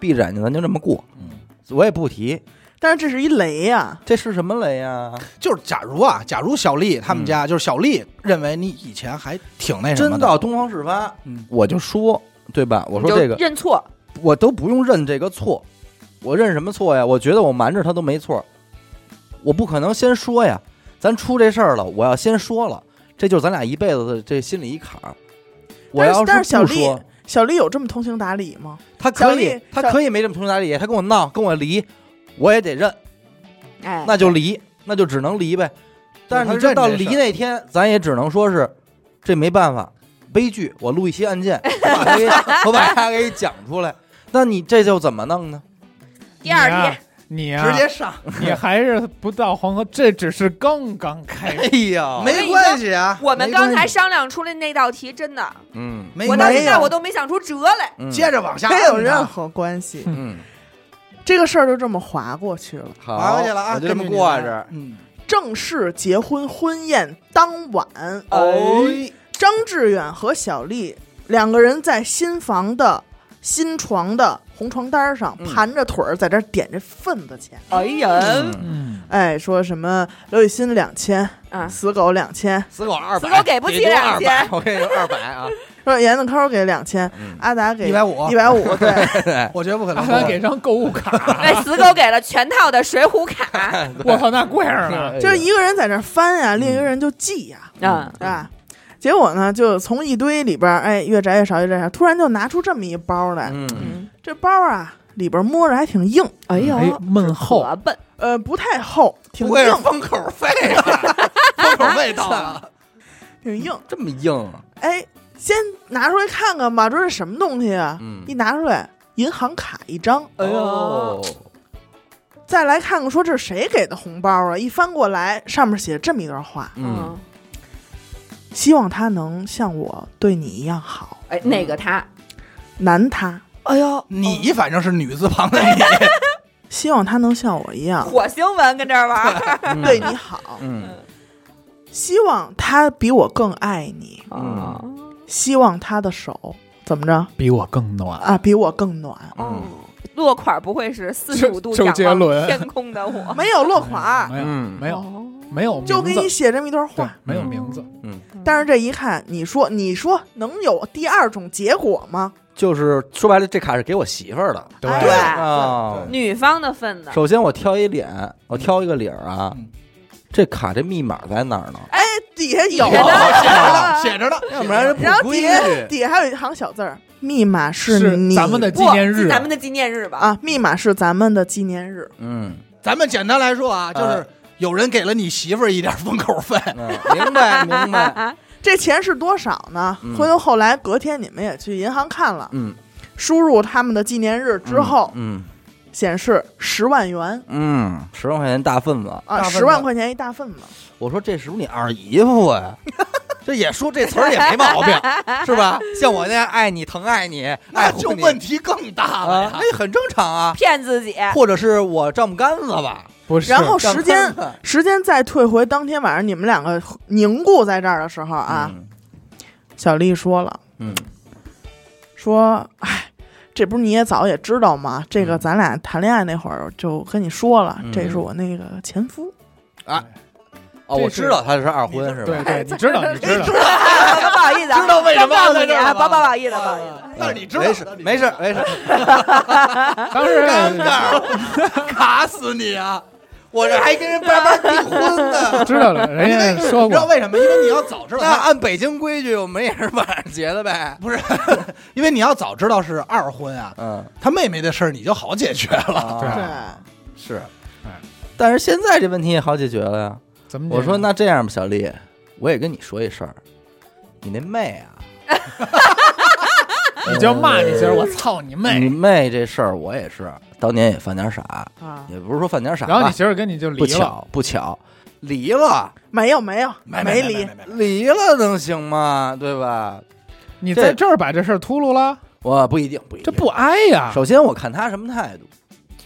闭着眼睛咱就这么过，
嗯，
我也不提。
但是这是一雷呀、
这是什么雷呀？
就是假如啊，假如小丽他们家、嗯、就是小丽认为你以前还挺那什么的，
真到东方事发，
嗯，
我就说对吧？我说这个
认错，
我都不用认这个错，我认什么错呀？我觉得我瞒着他都没错，我不可能先说呀。咱出这事儿了，我要先说了，这就是咱俩一辈子的这心里一坎儿。我要
但是小丽，
不说，
小丽有这么通情达理吗？
他可以，他可以没这么通情达理，他跟我闹，跟我离。我也得认，
哎，
那就离，那就只能离呗。但是你这到离那天，咱也只能说是，这没办法，悲剧。我录一期案件，我把它给我把它给讲出来。那你这就怎么弄呢？
第二天，
你啊，
直接上，
你还是不到黄河，这只是刚刚开始。
哎呀，
没关系啊。
我们刚才商量出来那道题，真的，
嗯，
我到现在我都没想出辙来。
嗯、
接着往下，
没有任何关系。
嗯。
这个事儿就这么划过去了，
划过去了啊，
我就这么过着。
嗯，
正式结婚婚宴当晚，
哦，
张志远和小丽两个人在新房的新床的红床单上、嗯、盘着腿儿，在这点这份子钱。
哎呀，
嗯，哎，说什么刘雨欣两千
啊，
死狗两千，
死狗二百，
死狗给不起两千，
我跟你说二百啊。
说严子抠给两千，阿达给
一百五，
一百五，对，
我觉得不可能。
阿达给张购物卡，
哎，死狗给了全套的水浒卡，
我操，那贵着呢。
就是一个人在这翻呀，另一个人就记呀，
啊
啊，结果呢，就从一堆里边，哎，越摘越少，越摘越少，突然就拿出这么一包来，
嗯，
这包啊里边摸着还挺硬，
哎呦，
闷厚，
笨，
呃，不太厚，挺硬，
不会是封口费啊，封口费到了，
挺硬，
这么硬啊？
哎。先拿出来看看吧，这是什么东西啊？
嗯、
一拿出来，银行卡一张。
哎呦，
再来看看，说这是谁给的红包啊？一翻过来，上面写这么一段话：
嗯，
希望他能像我对你一样好。
哎，哪个他？
男他。
哎呦，
你反正是女字旁的你。
希望他能像我一样，
火星文跟这儿玩，
对你好。
嗯，
希望他比我更爱你。
嗯。
希望他的手怎么着
比我更暖
啊，比我更暖。
嗯，落款不会是四十五度仰望天空的我？
没有落款，
没有，
嗯、
没有，
哦、
没有，
就给你写这么一段话，
没有名字。
嗯，
但是这一看，你说，你说能有第二种结果吗？
就是说白了，这卡是给我媳妇儿的，
对
对
啊，
女方的份子。
首先我挑一脸，我挑一个理儿啊。嗯，这卡这密码在哪儿呢？
哎，底下有，
写着呢，
要不然人不规矩。
然后底下底下还有一行小字儿，密码是你
咱们的纪念日，
咱们的纪念日吧？
啊，密码是咱们的纪念日。
嗯，
咱们简单来说啊，就是有人给了你媳妇儿一点封口费。
嗯，明白明白。
这钱是多少呢？回头后来隔天你们也去银行看了，
嗯，
输入他们的纪念日之后，
嗯。
显示十万元，
嗯，十万块钱大份子
啊，十万块钱一大份子。
我说这是不是你二姨夫呀？这也说这词儿也没毛病，是吧？像我那样爱你疼爱你，
那就问题更大了呀，
那、啊、也很正常啊。
骗自己，
或者是我丈母干子吧？
不是。
然后时间时间再退回当天晚上你们两个凝固在这儿的时候啊，
嗯、
小丽说了，
嗯，
说，哎。这不是你也早也知道吗？这个咱俩谈恋爱那会儿就跟你说了，
嗯、
这是我那个前夫
啊。哦，我知道他是二婚是吧？
对对，你知道，你知道。
不好意思，
知道为什么
告诉你啊，不不好意思，不好意思。
但是你知道，
没事没事没事。
当时
尴尬，卡死你啊！我这还跟人叭叭订婚呢。
知道了，人家说过。
你知道为什么？因为你要早知道，
那按北京规矩，我们也是晚上结的呗。
不是，因为你要早知道是二婚啊。
嗯，
他妹妹的事儿你就好解决了。
啊、
对，
是。但是现在这问题也好解决了呀。
怎么？
我说那这样吧，小丽，我也跟你说一声，你那妹啊。
你就骂你媳妇，我操你妹！
你妹这事儿我也是当年也犯点傻
啊，
也不是说犯点傻。
然后你媳妇跟你就离了，
不巧不巧离了，
没有没有
没
没离，
离了能行吗？对吧？
你在这儿把这事儿秃噜了，
我不一定不一定，
这不挨呀。
首先我看他什么态度，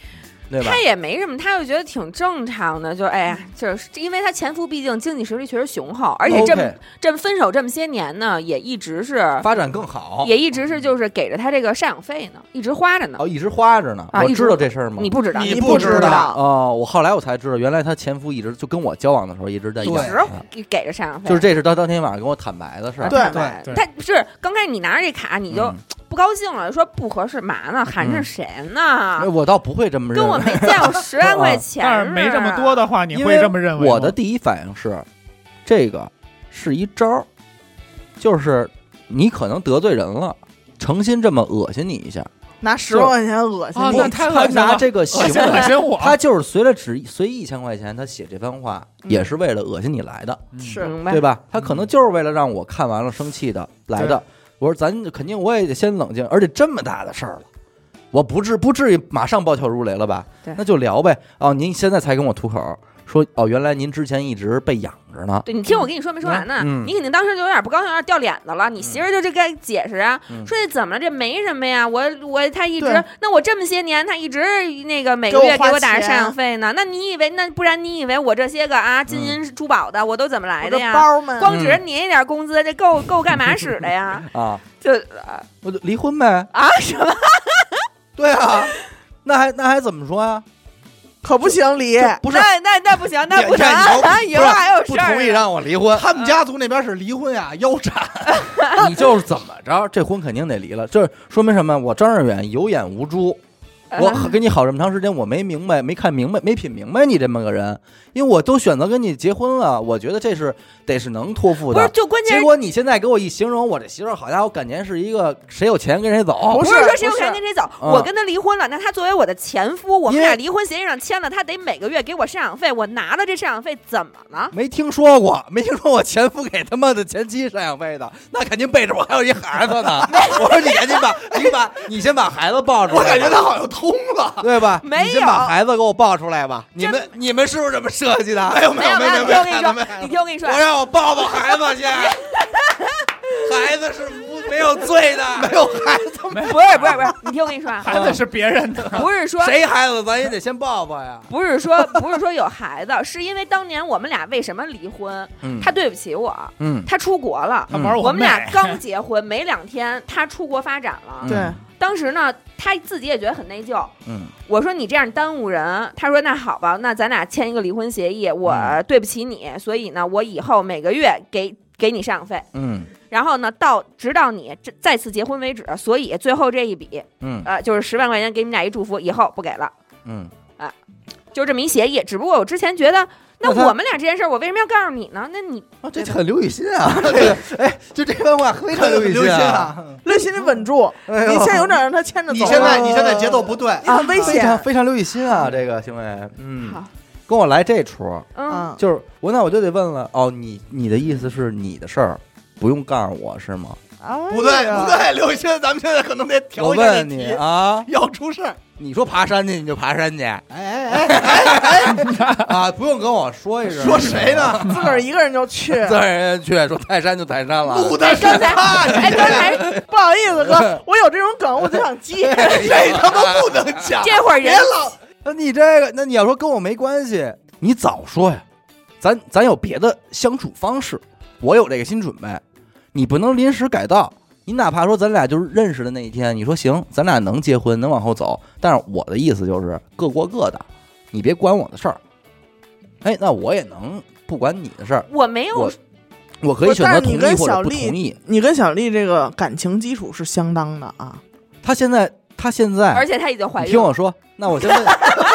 对吧
他？也没什么，他就觉得挺正常的，就哎呀，就是因为他前夫毕竟经济实力确实雄厚，而且这么
OK
这么分手这么些年呢，也一直是
发展更好，
也一直是就是给着他这个赡养费呢，一直花着呢。
哦，一直花着呢。
啊一直
我知道这事儿吗？
你不知道，
你
不知
知道
哦，我后来我才知道，原来她前夫一直就跟我交往的时候一直在养
对
她，
给给着赡养费，
就是这是他当天晚上跟我坦白的事儿。
对
对
对
他是刚开始你拿着这卡你就
嗯
不高兴了，说不合适嘛呢，含着谁呢？
哎我倒不会这么认为，
跟我没见过十万块钱，
但是没这么多的话，你会
因为
这么认为吗？
我的第一反应是，这个是一招儿，就是你可能得罪人了，诚心这么恶心你一下。
拿十万块钱恶心你
啊那太恶
他
心了
拿这个行
恶心恶
为，
心我，
他就是随了只随意一千块钱，他写这番话
嗯
也是为了恶心你来的，
嗯
是
明白
对吧？他可能就是为了让我看完了生气的来的。我说咱肯定我也得先冷静，而且这么大的事儿了，我不至不至于马上暴跳如雷了吧
对？
那就聊呗。哦，您现在才跟我吐口说，哦，原来您之前一直被养着呢。
对你听我跟你说没说完呢，
嗯
你肯定当时就有点不高兴，有点掉脸子了。你媳妇儿就这该解释啊，
嗯
说这怎么了？这没什么呀，我我他一直
对，
那我这么些年，他一直那个每个月
给我花
给我打着赡
钱
养费呢。那你以为那不然你以为我这些个啊金银珠宝的我都怎么来
我的
的呀？
包们
光指着你那点工资，这够够干嘛使的呀？
啊，
就啊
我就离婚呗。
啊什么？
对啊，那还那还怎么说呀？
可不行，离
不是
那那那不行，那
你
不行
看你
啊，以后还有
不
事儿
同意
呢。
让我离婚，
他们家族那边是离婚呀，腰斩。
你就是怎么着，这婚肯定得离了。这说明什么？我张志远有眼无珠。我跟你好这么长时间，我没明白，没看明白，没品明白你这么个人，因为我都选择跟你结婚了，我觉得这是得是能托付
不是，
的。
就关键是
结果你现在给我一形容，我这媳妇儿好家伙，感觉是一个谁有钱跟谁走
不。
不
是
是说谁有
不是
钱跟谁走，
嗯
我跟他离婚了，那他作为我的前夫，我们
因为
俩离婚协议上签了，他得每个月给我赡养费，我拿了这赡养费怎么了？
没听说过，没听说我前夫给他妈的前妻赡养费的，那肯定背着我还有一孩子呢。我说你赶紧把，你把，你先把孩子抱出来。
我感觉他好像通了。
对吧？
没有
你先把孩子给我抱出来吧。你们你们是不是这么设计的？
没有
没有没有，
没有
你听我跟你说
没有，
你听我跟你说
我，让我抱抱孩子去。孩子是不没有罪的，
没有孩子，
不是不是不是，你听我跟你说啊，
孩子是别人的，
不是说
谁孩子咱也得先抱抱呀。
不是说不是说有孩子，是因为当年我们俩为什么离婚？
嗯
他对不起我，
嗯
他出国了。
他玩
我们俩
妹
刚结婚没两天，他出国发展了。
嗯
对，
当时呢，他自己也觉得很内疚。
嗯
我说你这样耽误人，他说那好吧，那咱俩签一个离婚协议，我
嗯
对不起你，所以呢，我以后每个月给给你赡养费，
嗯
然后呢，到直到你这再次结婚为止，所以最后这一笔，
嗯
呃，就是十万块钱给你们俩一祝福，以后不给了，
嗯，
就这么一协议。只不过我之前觉得，那
那他
我们俩这件事儿，我为什么要告诉你呢？那你
啊，这很刘雨欣啊，这个哎，就这番话非常刘雨
刘
欣啊。
鑫啊！
刘鑫，你稳住，
哎呦
你现在有点让他牵着走了。
你现在你现在节奏不对，
啊，危
非常
险。
非常刘雨欣啊，这个行为，嗯
好，
跟我来这出，
嗯，
嗯，
就是我那我就得问了，哦，你你的意思是你的事儿不用告诉我是吗？
不对不对，刘鑫，咱们现在可能得调
我
一下这
问你
题，
啊，
要出事儿。
你说爬山去你就爬山去
哎哎哎，
啊，不用跟我说一声。
说谁呢？
自个儿一个人就去。
自个儿人去说泰山就泰山了。
录的是
刚才
他，
哎，刚才
不好意思，哥，我有这种梗，我就想接。
这他妈不能讲。
这会儿人
别老
那你这个，那你要说跟我没关系，你早说呀，咱咱有别的相处方式，我有这个心准备，你不能临时改道。你哪怕说咱俩就是认识的那一天，你说行，咱俩能结婚，能往后走，但是我的意思就是各过各的，你别管我的事儿。哎，那我也能不管你的事儿，
我没有
我我可以选择同意
但是你跟
或者不
小丽
同意。
你跟小丽这个感情基础是相当的啊。
他现在，他现在，
而且她已经怀孕了。
你听我说，那我现在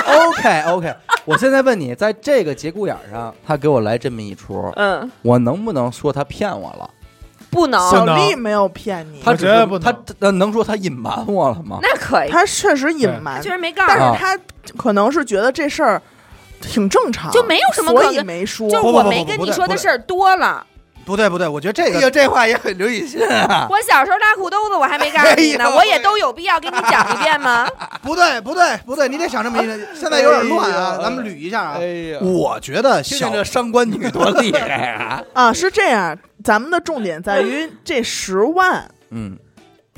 OK OK，我现在问你，在这个节骨眼上，他给我来这么一出，
嗯，
我能不能说他骗我了？
不能，
小
能
丽没有骗你，
他只是
我觉得不能
他他能说他隐瞒我了吗？
那可以，
她确实隐瞒
居，然没告诉
但
我，
是她可能是觉得这事儿挺正常，
就没有什么
所以
可能
没说。
就是
不不不
我没跟你
不对不对
说的事儿多了。
不对不对，我觉得这个
哎呀，这话也很刘雨欣啊。
我小时候拉裤兜子，我还没告诉你呢，
哎呦
我也都有必要跟你讲一遍吗？
不对不对不对，你得想这么一个，现在有点乱啊，
哎呀
咱们捋一下啊
哎。呀，
我觉得小
听听这上官女多厉害啊！
啊，是这样，咱们的重点在于这十万，
嗯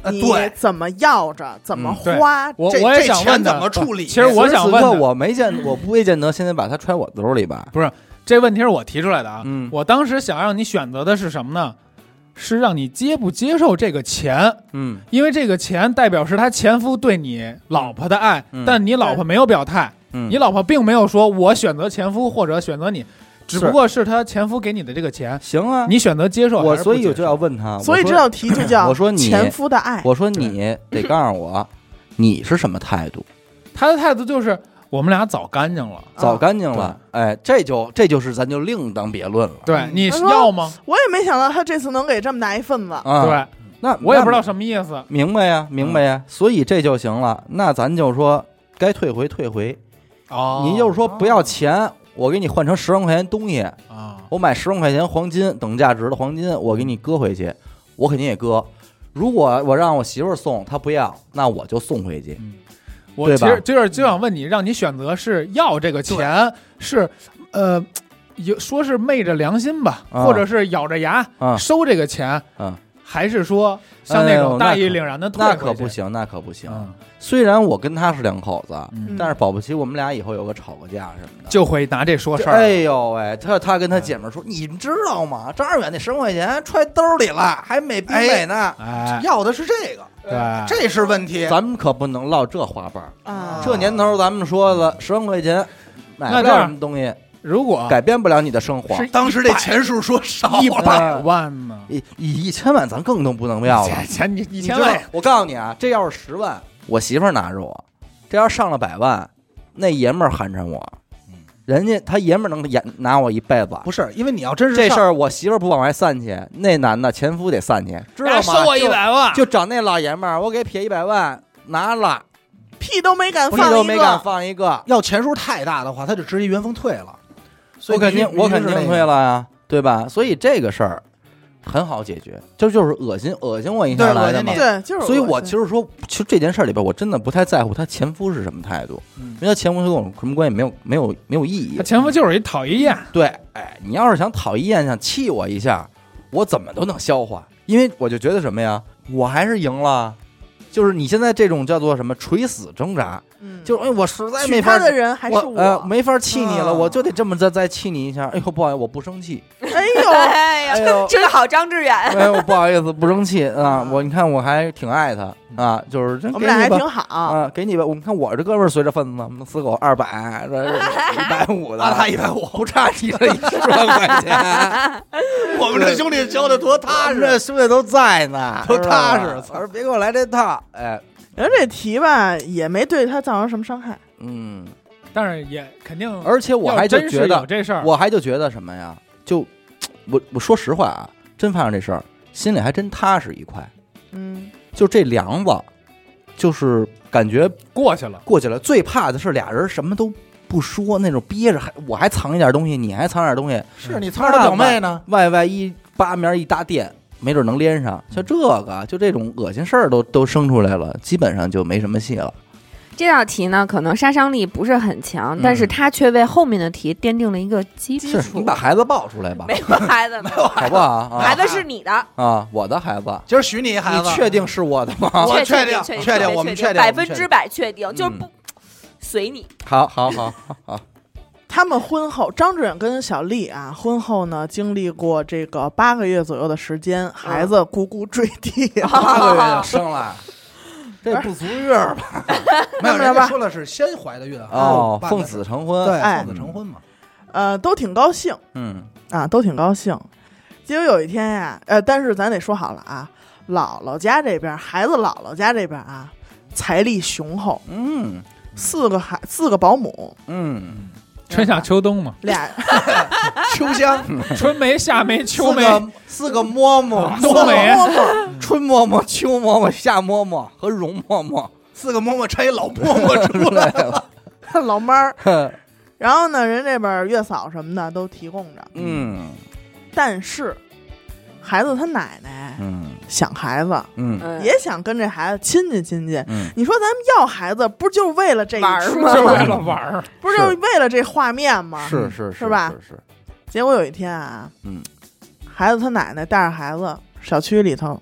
你
对
怎么要着，怎么花，
这
我我也
这钱
想问的
怎么处理？
其实我想问的，
我没见，我不未见得现在把它揣我兜里吧？
不是这问题是我提出来的啊。
嗯
我当时想让你选择的是什么呢？是让你接不接受这个钱，
嗯
因为这个钱代表是他前夫对你老婆的爱，
嗯
但你老婆没有表态，
嗯，
你老婆并没有说我选择前夫或者选择你，只不过是他前夫给你的这个钱，
行啊，
你选择接受还
我
是不接受
所以我就要问他，我说
所以这道题就叫
我说你
前夫的爱。
我说你得告诉我你是什么态度，
他的态度就是我们俩早干净了。
早干净了，哎，这就这就是咱就另当别论了。
对，
嗯
你
他说
要吗？
我也没想到他这次能给这么大一份子。
啊，
对，
那
我也不知道
那
什么意思。
明白呀，明白呀，所以这就行了。那咱就说该退回退回，
哦
你就是说不要钱，我给你换成十万块钱东西，
啊，
我买十万块钱黄金等价值的黄金，我给你搁回去，我肯定也搁。如果我让我媳妇儿送，她不要，那我就送回去。
我
对吧
其实就是就想问你，让你选择是要这个钱，是呃，有说是昧着良心吧，
啊
或者是咬着牙
啊
收这个钱，
啊，
还是说像那
哎呦
种大义凛然的退
那
回去？
可不行，那可不行。
嗯，
虽然我跟他是两口子，
嗯
但是保不齐我们俩以后有个吵个架什么的。
就会拿这说事儿。
哎呦喂，他他跟他姐们儿说：“你们知道吗？张二远那十万块钱揣兜里了，还美不美呢？
哎，
要的是这个，
对，
这是问题。
咱们可不能落这花瓣儿。
啊，
这年头，咱们说了，十万块钱买不了
那这样
什么东西，
如果
改变不了你的生活。
是
当时这钱数说少了，
一百万呢？
一一一千万，咱更都不能要了。
钱钱你一
你知道
千万，
我告诉你啊，这要是十万，我媳妇儿拿着我；这要上了百万，那爷们儿寒碜我。人家他爷们儿能演拿我一辈子。
不是因为你要真是上
这事儿，我媳妇儿不往外散去，那男的前夫得散去，知道吗？
收我一百万，
就，就找那老爷们儿，我给撇一百万，拿了，
屁都没敢
屁
放一
都没敢
个。
放一个，
要钱数太大的话，他就直接原封退了。所以
我肯定
必须
我肯定退。
必须是那个
了呀，对吧？所以这个事儿很好解决，就就是恶心恶心我一下
对
来的嘛
恶心你。
对，就是
所以
恶心
我其实说，其实这件事儿里边，我真的不太在乎他前夫是什么态度，
嗯
因为他前夫跟我什么关系没有没有没有意义
他。前夫就是一讨厌厌，
对，哎，你要是想讨厌，想气我一下，我怎么都能消化，因为我就觉得什么呀，我还是赢了。就是你现在这种叫做什么垂死挣扎，
嗯
就是哎，我实在
娶
没法
他的人还是
我呃没法气你了，
啊
我就得这么再再气你一下。哎呦，不好意思，我不生气。
哎呦，
哎呀，
哎呦，
这个好张志远，
哎呦，不好意思，不生气啊。我你看我还挺爱他啊，就是真
我们俩还
给你吧
挺好。
啊，给你吧。我们看我这哥们儿随着份子，我们四狗二百，这一百五的，
啊，他一百五，
不差你这一十万块钱。
我们这兄弟交的多踏
他们这
实。
兄弟都在呢，
都
是吧
踏实
我说别给我来这套，哎，
人这题吧也没对他造成什么伤害。
嗯，
但是也肯定，
而且我还就
真是
觉得
有这事儿，
我还就觉得什么呀？就我我说实话啊，真发生这事儿，心里还真踏实一块。
嗯，
就这梁子，就是感觉
过去了。
过去了。最怕的是俩人什么都不说，那种憋着，还我还藏一点东西，你还藏点东西，
是你藏着表妹呢，
外外一八面一搭电，没准能连上。像这个，就这种恶心事儿都都生出来了，基本上就没什么戏了。
这道题呢，可能杀伤力不是很强，
嗯
但是它却为后面的题奠定了一个基
是
础。
你把孩子抱出来吧
没，有孩子，没有
好不好啊？
孩子是你的，
啊，我的孩子，
今儿许你一孩子，
你确定是我的吗？
我
确
确定
确
确定我们确定
百分之百确定，就是
嗯
不随你。
好好好好好，
他们婚后，张志远跟小丽啊，婚后呢经历过这个八个月左右的时间，孩子咕咕坠地，
八个月就生了，这不足月儿吧？
没有，
那么着吧
人家说了是先怀的孕，
哦，
办的
奉子成婚，
对，
哎
奉子成婚嘛。
呃，都挺高兴
嗯
啊，都挺高兴。结果有一天呀，呃，但是咱得说好了啊，姥姥家这边，孩子姥姥家这边啊，财力雄厚，
嗯
四个孩，四个保姆，
嗯，
春夏秋冬嘛，
俩
秋香，
春梅、夏梅、秋梅，
四个四个嬷嬷，
冬梅
嬷嬷
春嬷嬷、秋嬷嬷、夏嬷嬷和容嬷嬷
四个嬷嬷拆一老嬷嬷出来了。
老妈儿。
了。
然后呢，人这边月嫂什么的都提供着，
嗯
但是孩子他奶奶
嗯
想孩子，
嗯
嗯，
也想跟这孩子亲近亲近。
嗯，
你说咱们要孩子，不就是为了这一出
玩儿吗
就是为了玩儿。
不是就是为了这画面吗？
是是
是吧
是是，
结果有一天啊，
嗯，
孩子他奶奶带着孩子，小区里头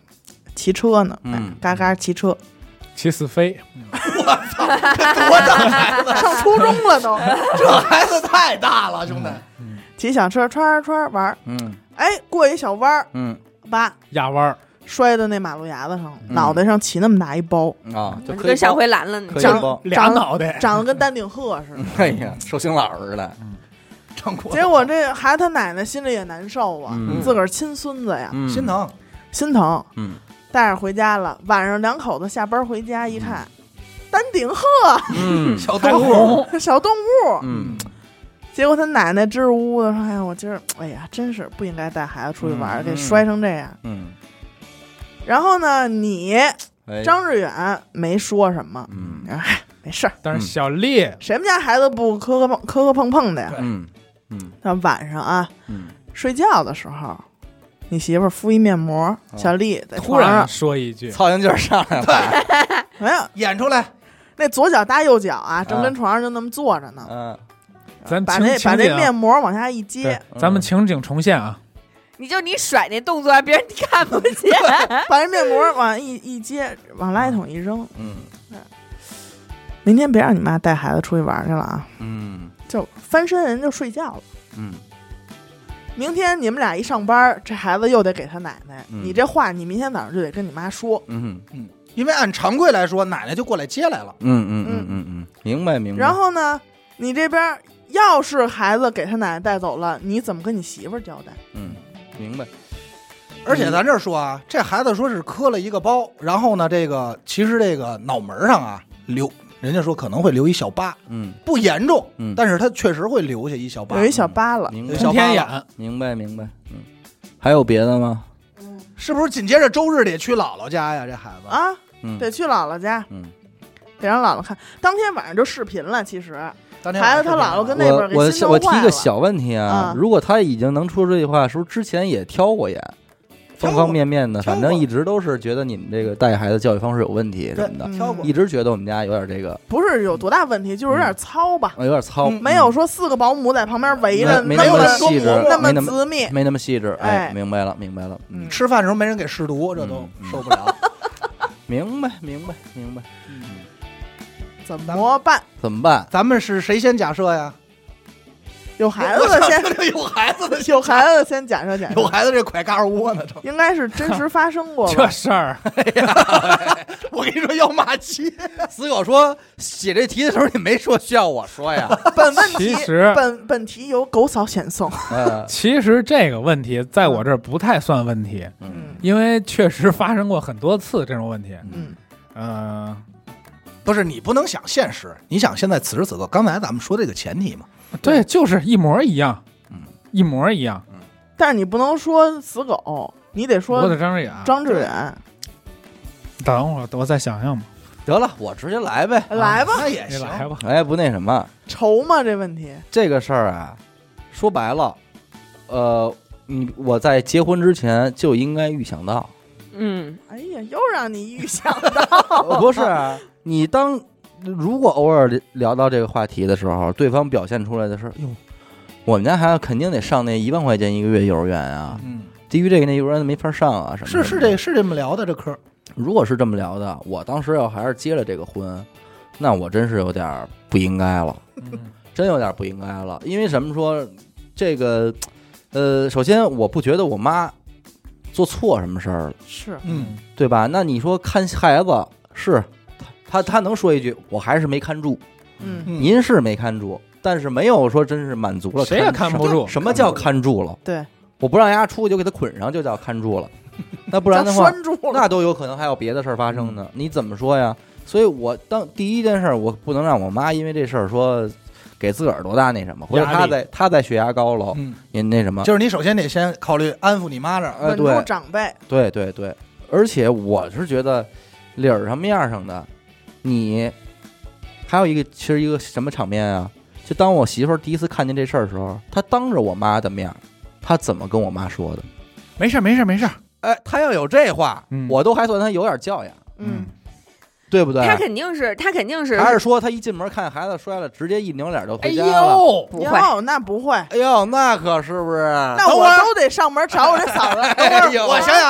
骑车呢，
嗯
哎嘎嘎骑车，
骑死飞，
我操，这多大孩子，
上初中了都，
这孩子太大了，兄弟。
骑小车穿穿玩儿，
嗯
哎，过一小弯儿，
嗯
叭
压弯儿，
摔到那马路牙子上，
嗯
脑袋上起那么大一包，
啊，就可以
跟上
包
回拦了呢
可。以
长
包。
俩脑袋，
长得跟丹顶鹤似的。
哎呀，寿星老似的。
张国
结果这孩子他奶奶心里也难受啊，
嗯
自个儿亲孙子呀，
嗯，
心疼，
心疼，
嗯
带着回家了。晚上两口子下班回家一看，丹顶鹤
嗯
小
还
动物，
红，
小动物。
嗯
结果他奶奶支支吾吾的说：“哎呀，我今儿，哎呀，真是不应该带孩子出去玩，
嗯
给摔成这样。
嗯，”
然后呢，你
哎，
张志远没说什么，
嗯
哎，没事儿，
但是小丽
谁们家孩子不磕磕碰磕磕碰碰的呀？
嗯嗯
那晚上啊，
嗯，
睡觉的时候，你媳妇儿敷一面膜，小丽在
突然
床上，
说一句，
操性劲儿上来了。
没有
演出来，
那左脚搭右脚啊，正跟床上就那么坐着呢，
嗯，
咱
把那把
情情景啊
那面膜往下一
对
接，，
咱们情景重现啊，
你就你甩那动作，别人看不见。
把那面膜往一一接，往垃圾桶一扔。
嗯
明天别让你妈带孩子出去玩去了啊，
嗯
就翻身人就睡觉了。
嗯
明天你们俩一上班，这孩子又得给他奶奶，
嗯
你这话你明天早上就得跟你妈说。
嗯
因为按常规来说，奶奶就过来接来了。
嗯嗯嗯嗯嗯，明白明白。
然后呢，你这边要是孩子给他奶奶带走了，你怎么跟你媳妇儿交代？
嗯，明白。
而且咱这儿说啊，这孩子说是磕了一个包，然后呢，这个其实这个脑门上啊留，人家说可能会留一小疤，
嗯
不严重，
嗯，
但是他确实会留下一小疤。
有一小疤了，
明白
小
通天
疤
眼，
明白明白。嗯，还有别的吗？
是不是紧接着周日得去姥姥家呀？这孩子，
啊，
嗯，
得去姥姥家，
嗯，
得让姥姥看。当天晚上就视频了，其实
当天晚上
孩子他姥姥跟那
我
边给
我
心疼
我提
坏了
个小问题啊，
嗯
如果他已经能说出这句话，是不是之前也挑过眼？方方面面的，
挑过
反正一直都是觉得你们这个带孩子教育方式有问题什么的，
嗯
挑过
一直觉得我们家有点这个，
不是有多大问题，就是有点糙吧，
呃有点糙，
嗯
没有说四个保姆在旁边围着
没没那么
那么
细致，
那么
没那么
私密。
没那么细致。哎，
哎
明白了，明白了，嗯，
吃饭的时候没人给试毒，这都
嗯嗯
受不了。
明白，明白，明白。
怎么办？
怎么办？
咱们是谁先假设呀？
有孩子的先，
有孩子的
有孩子的先假设假设，
有孩子这快嘎窝呢，这
应该是真实发生过
这
吧？
事儿
我跟你说要骂街。
死狗说写这题的时候，你没说需要我说呀？
本问题
其实
本本题由狗嫂选送。
呃，
其实这个问题在我这儿不太算问题，
嗯
因为确实发生过很多次这种问题。
嗯，
嗯，
不是你不能想现实，你想现在此时此刻，刚才咱们说这个前提嘛，
对，就是一模一样，
嗯，
一模一样。
但是你不能说死狗，你得
我
说
得张志远，
张志远。
等会儿我再想想吧，
得了，我直接来呗。
来吧，
那也行。
你来吧。
哎，不那什么，
愁吗？这问题
这个事儿啊，说白了，呃，你我在结婚之前就应该预想到，
嗯，
哎呀，又让你预想到，
不是啊你当如果偶尔聊到这个话题的时候，对方表现出来的是，哟，我们家孩子肯定得上那一万块钱一个月幼儿园啊，
嗯，
低于这个那幼儿园没法上啊，什么
是是这是这么聊的这科，
如果是这么聊的，我当时要还是结了这个婚，那我真是有点不应该了，
嗯
真有点不应该了。因为什么说这个，呃，首先我不觉得我妈做错什么事儿了，
是
嗯，
对吧？那你说看孩子是他他能说一句我还是没看住，
嗯，
嗯
您是没看住，但是没有说真是满足了，
谁也看不住。
什么叫看住了？
对，
我不让丫出去就给他捆上，就叫看住了。那不然的
叫
话，
拴住了，
那都有可能还有别的事儿发生呢。你怎么说呀？所以我当第一件事儿，我不能让我妈因为这事儿说给自个儿多大那什么，或者
压力
她在她在血压高了，
嗯，
你那什么，
就是你首先得先考虑安抚你妈这儿，
呃，
稳住
对
长辈，
对对对，而且我是觉得理儿上面上的，你还有一个其实一个什么场面啊？就当我媳妇儿第一次看见这事儿的时候，她当着我妈的面儿，她怎么跟我妈说的？
没事儿没事儿没事儿，
哎，她要有这话，
嗯
我都还算她有点教养，
嗯，
对不对？
他肯定是他肯定是
还是说她一进门看孩子摔了，直接一扭脸就
哎
回家了？
呦，
不会。
哟，那不会，
哎呦，那可是不是？
那我都得上门找我这嫂子。
等会儿我想想啊，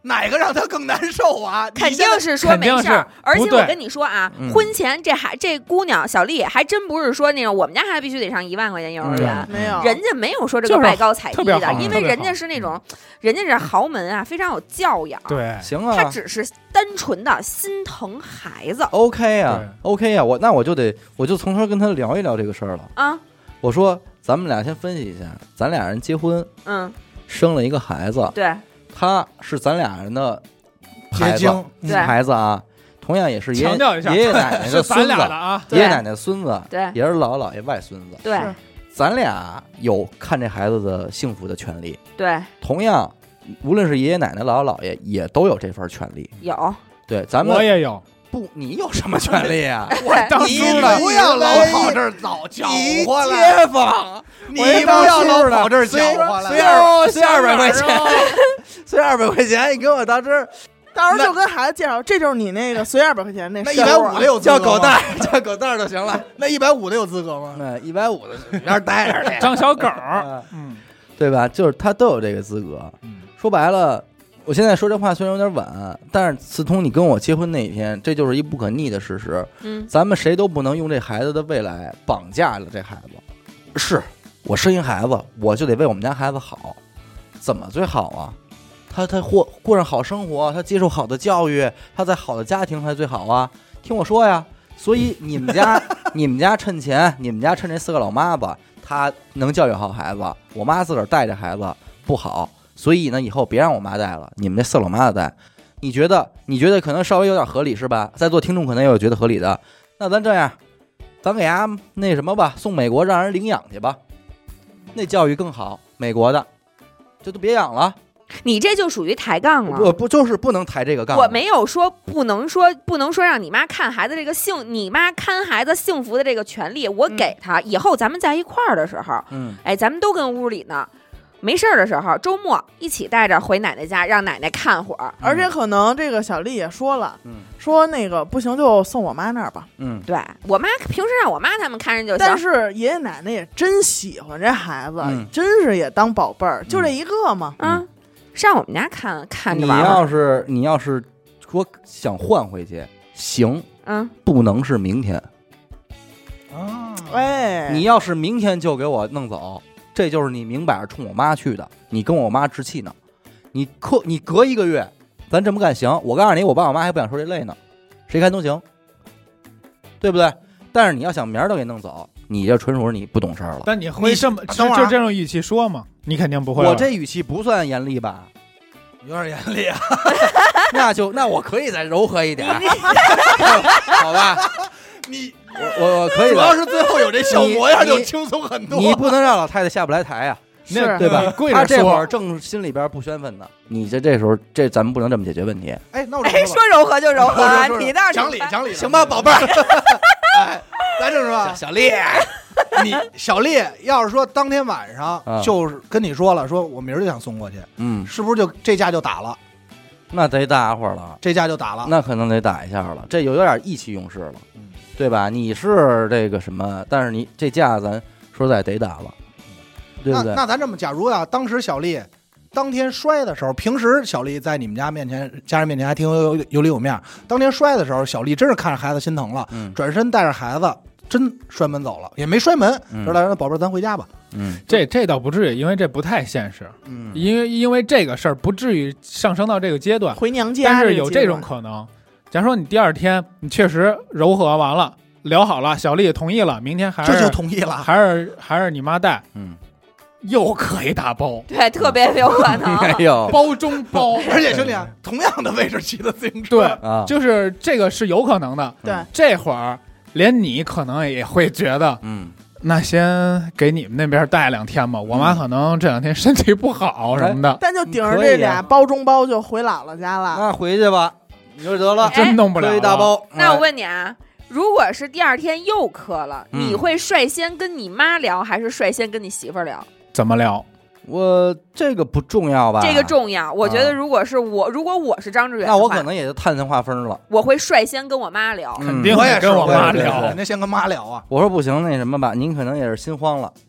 哪个让他更难受啊？
肯定是说没事儿，而且我跟你说啊，
嗯、
婚前这还这姑娘小丽还真不是说那种我们家孩子必须得上一万块钱幼儿园，
没有，
人家没有说这个拜高踩低的，
就是、
因为人家是那种，人家是豪门啊，非常有教养。
对，
行啊，
他只是单纯的心疼孩子。
OK 啊 ，OK 啊，我那我就得我就从头跟他聊一聊这个事儿了
啊。
我说咱们俩先分析一下，咱俩人结婚，
嗯，
生了一个孩子，
对，
他是咱俩人的。孩子，
对
孩子啊，同样也是爷爷爷爷奶奶的孙子
啊，
爷爷奶奶孙子，
对，
也是姥姥姥爷外孙子，
对，
咱俩有看这孩子的幸福的权利，
对，
同样，无论是爷爷奶奶、姥姥姥爷，也都有这份权利，
有，
对，咱们
我也有，
不，你有什么权利啊？
我当初
的，不要老跑这儿老搅和了，
街坊，
你不要老跑这儿搅和了，
随二随二百块钱，随二百块钱，你给我到这儿。
到时候就跟孩子介绍，这就是你那个随二百块钱那
那一百五的有
叫狗蛋，叫狗蛋就行了。
那一百五的有资格吗？
那一百五的里边待着去，
张小狗儿，
嗯，对吧？就是他都有这个资格。说白了，我现在说这话虽然有点晚，但是自从你跟我结婚那一天，这就是一不可逆的事实。
嗯，
咱们谁都不能用这孩子的未来绑架了这孩子。是我生一孩子，我就得为我们家孩子好，怎么最好啊？他他过过上好生活，他接受好的教育，他在好的家庭才最好啊！听我说呀，所以你们家你们家趁钱，你们家趁这四个老妈子，他能教育好孩子，我妈自个儿带着孩子不好，所以呢，以后别让我妈带了，你们这四个老妈子带。你觉得你觉得可能稍微有点合理是吧？在座听众可能也有觉得合理的，那咱这样，咱给伢那什么吧，送美国让人领养去吧，那教育更好，美国的，这都别养了。
你这就属于抬杠了，
不不就是不能抬这个杠。
我没有说不能说不能说让你妈看孩子这个幸，你妈看孩子幸福的这个权利，我给她。嗯、以后咱们在一块儿的时候，
嗯，
哎，咱们都跟屋里呢，没事儿的时候，周末一起带着回奶奶家，让奶奶看会儿。
而且可能这个小丽也说了，
嗯，
说那个不行就送我妈那儿吧。
嗯，
对我妈平时让我妈他们看着就行。
但是爷爷奶奶也真喜欢这孩子，
嗯、
真是也当宝贝儿，就这一个嘛，
嗯。嗯上我们家看看着
玩。你要是你要是说想换回去，行，
嗯，
不能是明天。
啊，
哎，
你要是明天就给我弄走，这就是你明摆着冲我妈去的，你跟我妈置气呢。你隔你隔一个月，咱这么干行？我告诉你，我爸我妈还不想受这累呢，谁看都行，对不对？但是你要想明儿都给弄走，你这纯属是你不懂事儿了。
但你会这么就就这种语气说吗？你肯定不会。
我这语气不算严厉吧？
有点严厉啊。
那就那我可以再柔和一点，好吧？
你
我我我可以，
主要是最后有这小模样就轻松很多。
你不能让老太太下不来台呀、啊，
是
对吧？
他
这会儿正心里边不宣愤呢，你这这时候这咱们不能这么解决问题。
哎，那我
哎说柔和就柔和，你倒是
讲理讲理，
行吧，宝贝儿。
哎，咱这是吧，
小丽，
你小丽要是说当天晚上就是跟你说了，说我明儿就想送过去，
嗯，
是不是就这架就打了？
那得打会儿了，
这架就打了，
那可能得打一下了，这有有点意气用事了，嗯，对吧？你是这个什么，但是你这架咱说实在得打了，对不对？
那那咱这么，假如啊，当时小丽当天摔的时候，平时小丽在你们家面前、家人面前还挺有有里有面，当天摔的时候，小丽真是看着孩子心疼了，
嗯，
转身带着孩子真摔门走了，也没摔门，说来让宝贝儿咱回家吧。
嗯，
这这倒不至于，因为这不太现实。
嗯，
因为因为这个事儿不至于上升到这个阶段，
回娘家。
但是有这种可能，假如说你第二天你确实柔和完了，聊好了，小丽也同意了，明天还是
这就同意了，
还是还是你妈带，
嗯，
又可以打包，
对，特别有可能。
哎呦，
包中包，
而且兄弟啊，同样的位置骑的自行车，
对
啊，
就是这个是有可能的。
对，
这会儿连你可能也会觉得，
嗯。
那先给你们那边带两天吧，我妈可能这两天身体不好什么的，
但就顶着这俩包中包就回姥姥家了。
那回去吧，你就得了，
真弄不了
一大包。
那我问你啊，如果是第二天又磕了，
嗯、
你会率先跟你妈聊，还是率先跟你媳妇儿聊？
怎么聊？
我这个不重要吧？
这个重要。我觉得如果是我，啊、如果我是张志远，
那我可能也就探探话风了。
我会率先跟我妈聊，
肯定会跟我妈聊，
肯定先跟妈聊啊。
我说不行，那什么吧，您可能也是心慌了。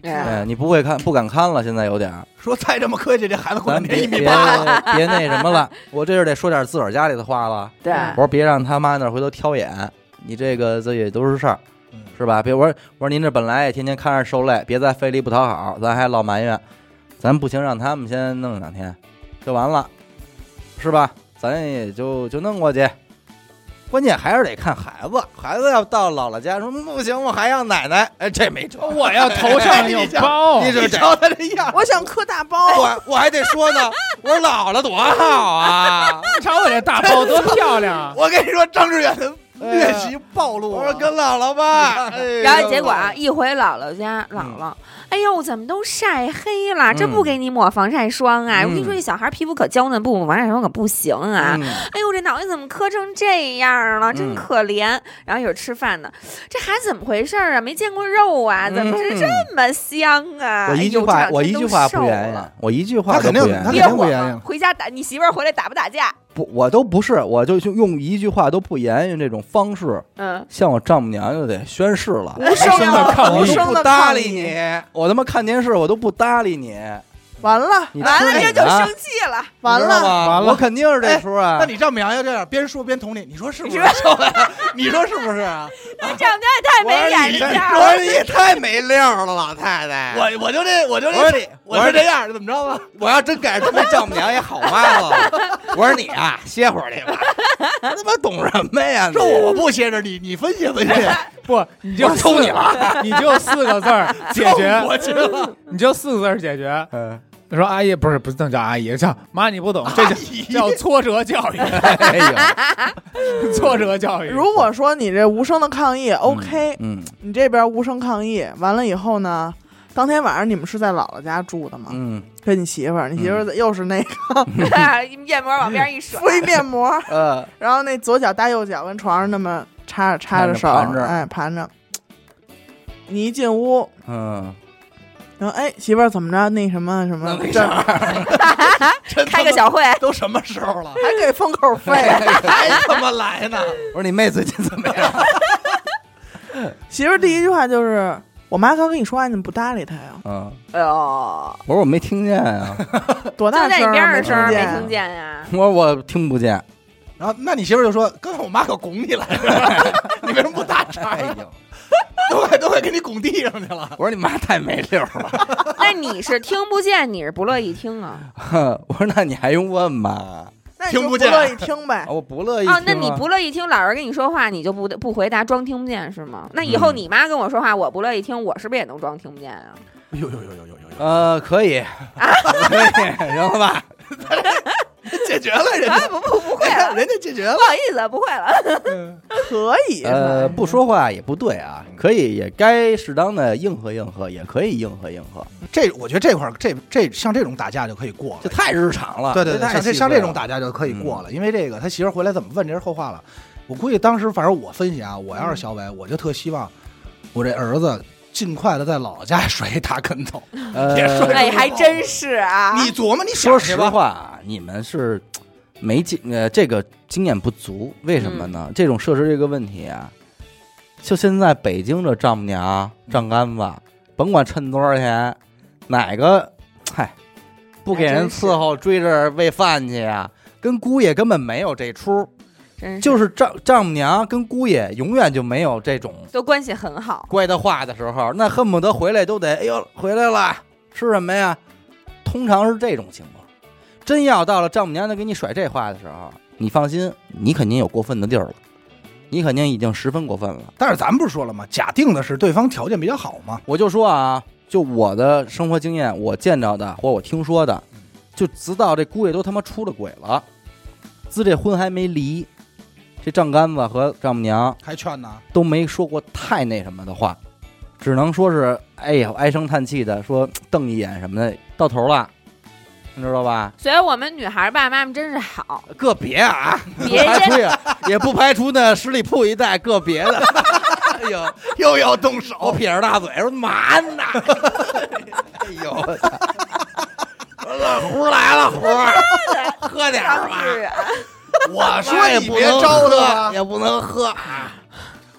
哎，你不会看，不敢看了，现在有点儿。
说再这么科技，这孩子过
咱
两天
别别
一米八。
别那什么了，我这是得说点自个儿家里的话了。
对，
我说别让他妈那儿回头挑眼，你这个这也都是事儿，
嗯
是吧？别我说我说您这本来也天天看着受累，别再费力不讨好，咱还老埋怨，咱不行，让他们先弄两天，就完了，是吧？咱也就就弄过去。关键还是得看孩子，孩子要到姥姥家说不行，我还要奶奶，哎，这没辙。
我要头上有包，
你这
你瞧他这样，
我想磕大包，
我我还得说呢，我说姥姥多好啊！
你瞅我这大包多漂亮啊！
我跟你说，张志远的略习暴露了。
我说跟姥姥吧，哎
然后结果啊，一回姥姥家，姥姥，哎呦，怎么都晒黑了？这不给你抹防晒霜啊？
嗯
我跟你说，这小孩皮肤可娇嫩，不抹防晒霜可不行啊！
嗯
哎呦，这脑袋怎么磕成这样了？真可怜。然后一会儿吃饭呢，这孩子怎么回事啊？没见过肉啊？怎么这这么香啊？
我一句话，我一句话不言语，我一句话
他肯定
都不言语
他肯
憋火
定不言语
吗？回家打你媳妇儿回来打不打架？
不，我都不是，我就用一句话都不言语这种方式，
嗯，
像我丈母娘就得宣誓了，
无声
的抗议
无声的
不搭
抗议，
理你，我他妈看电视我都不搭理你，
完了
你
完了
吃你的
这就生气了。
完了，
知道吗
完了
我肯定是这出啊。
那你丈母娘要这样边说边捅你，你说是不是？你说是不是啊？
这丈母娘也太没眼力见了。
我说你也太没料了，老太太。
我我就这我就这
我说你，
我是这样，怎么着吧？
我要真赶上他妈丈母娘也好妈了。我说你啊，歇会儿去吧。他妈懂什么呀？
这我不歇着你，你分析分析。
不，你就
我抽你了，
你就四个字儿解决，
我去了，
你就四个字儿解决。
嗯，
他说阿姨不是不能叫阿姨，叫妈，你不懂，这叫叫挫折教育，
哎呦，
挫折教育。
如果说你这无声的抗议 OK，
嗯
你这边无声抗议完了以后呢，当天晚上你们是在姥姥家住的吗？
嗯
跟你媳妇儿，你媳妇儿又是那个
面膜往边一甩，
敷一面膜，
呃，
然后那左脚搭右脚跟床上那么插着插着手，
盘着
哎盘着。你一进屋，
嗯，
然后哎媳妇儿怎么着？那什么什么，这
真他妈
开个小会，
都什么时候了，
还给封口费。
还他妈来呢？
我说你妹最近怎么样？
媳妇儿第一句话就是：“我妈刚跟你说话，你怎么不搭理她呀？
嗯，
哎呦，
我说我没听见呀，
多
就在你
大声儿啊？没
边上声儿没
听见
听见呀？
我说我听不见。
然后那你媳妇就说：“刚才我妈可拱你来着，你为什么不搭茬
哎
呀？
呦，
都快都快给你拱地上去了。
我说你妈太没溜了。
那你是听不见，你是不乐意听啊？
我说那你还用问吗？
那你就
听不见
乐意听呗。
我不乐意听啊
哦，那你不乐意听老人跟你说话，你就不不回答，装听不见是吗？那以后你妈跟我说话，我不乐意听，我是不是也能装听不见啊？
哎呦呦呦呦呦呦呦！
呃，可以，可以，行了吧？
解决了人
啊，
家，
不不不会了，
人家解决了
不。好意思，不会了。
可以，
呃，不说话也不对啊，可以也该适当的应和应和，也可以应和应和，
这我觉得这块儿这这像这种打架就可以过了。
这太日常了。
对对对，
太
像这
细碎了
像这种打架就可以过了，因为这个他媳妇儿回来怎么问这是后话了。我估计当时反正我分析啊，我要是小伟，我就特希望我这儿子尽快的在姥姥家摔一大跟头。
呃
别说
哎，还真是啊！
你琢磨，你
说实
想去吧，
话啊，你们是没经呃这个经验不足，为什么呢？这种设置这个问题啊，就现在北京这丈母娘、丈杆子，甭管趁多少钱，哪个嗨不给人伺候，追着喂饭去呀、跟姑爷根本没有这出，
真是
就是丈丈母娘跟姑爷永远就没有这种
都关系很好。
乖的话的时候，那恨不得回来都得，哎呦，回来了，吃什么呀？通常是这种情况。真要到了丈母娘再给你甩这话的时候，你放心，你肯定有过分的地儿了，你肯定已经十分过分了。
但是咱不是说了吗？假定的是对方条件比较好嘛。
我就说啊，就我的生活经验，我见着的或我听说的，就直到这姑爷都他妈出了轨了，自这婚还没离，这丈杆子和丈母娘
还劝呢，
都没说过太那什么的话，只能说是哎呀唉声叹气的说瞪一眼什么的，到头了，你知道吧？
所以我们女孩爸妈妈真是好，
个别啊，
别
不排除
真
也也不排除呢十里铺一带个别的。哎呦，
又要动
我
手，
撇着大嘴说嘛呢？哎呦，我操！老胡来了，胡儿，喝点儿吧。
是啊，
我说
那也
你别
不能喝，
招他，
也不能喝啊。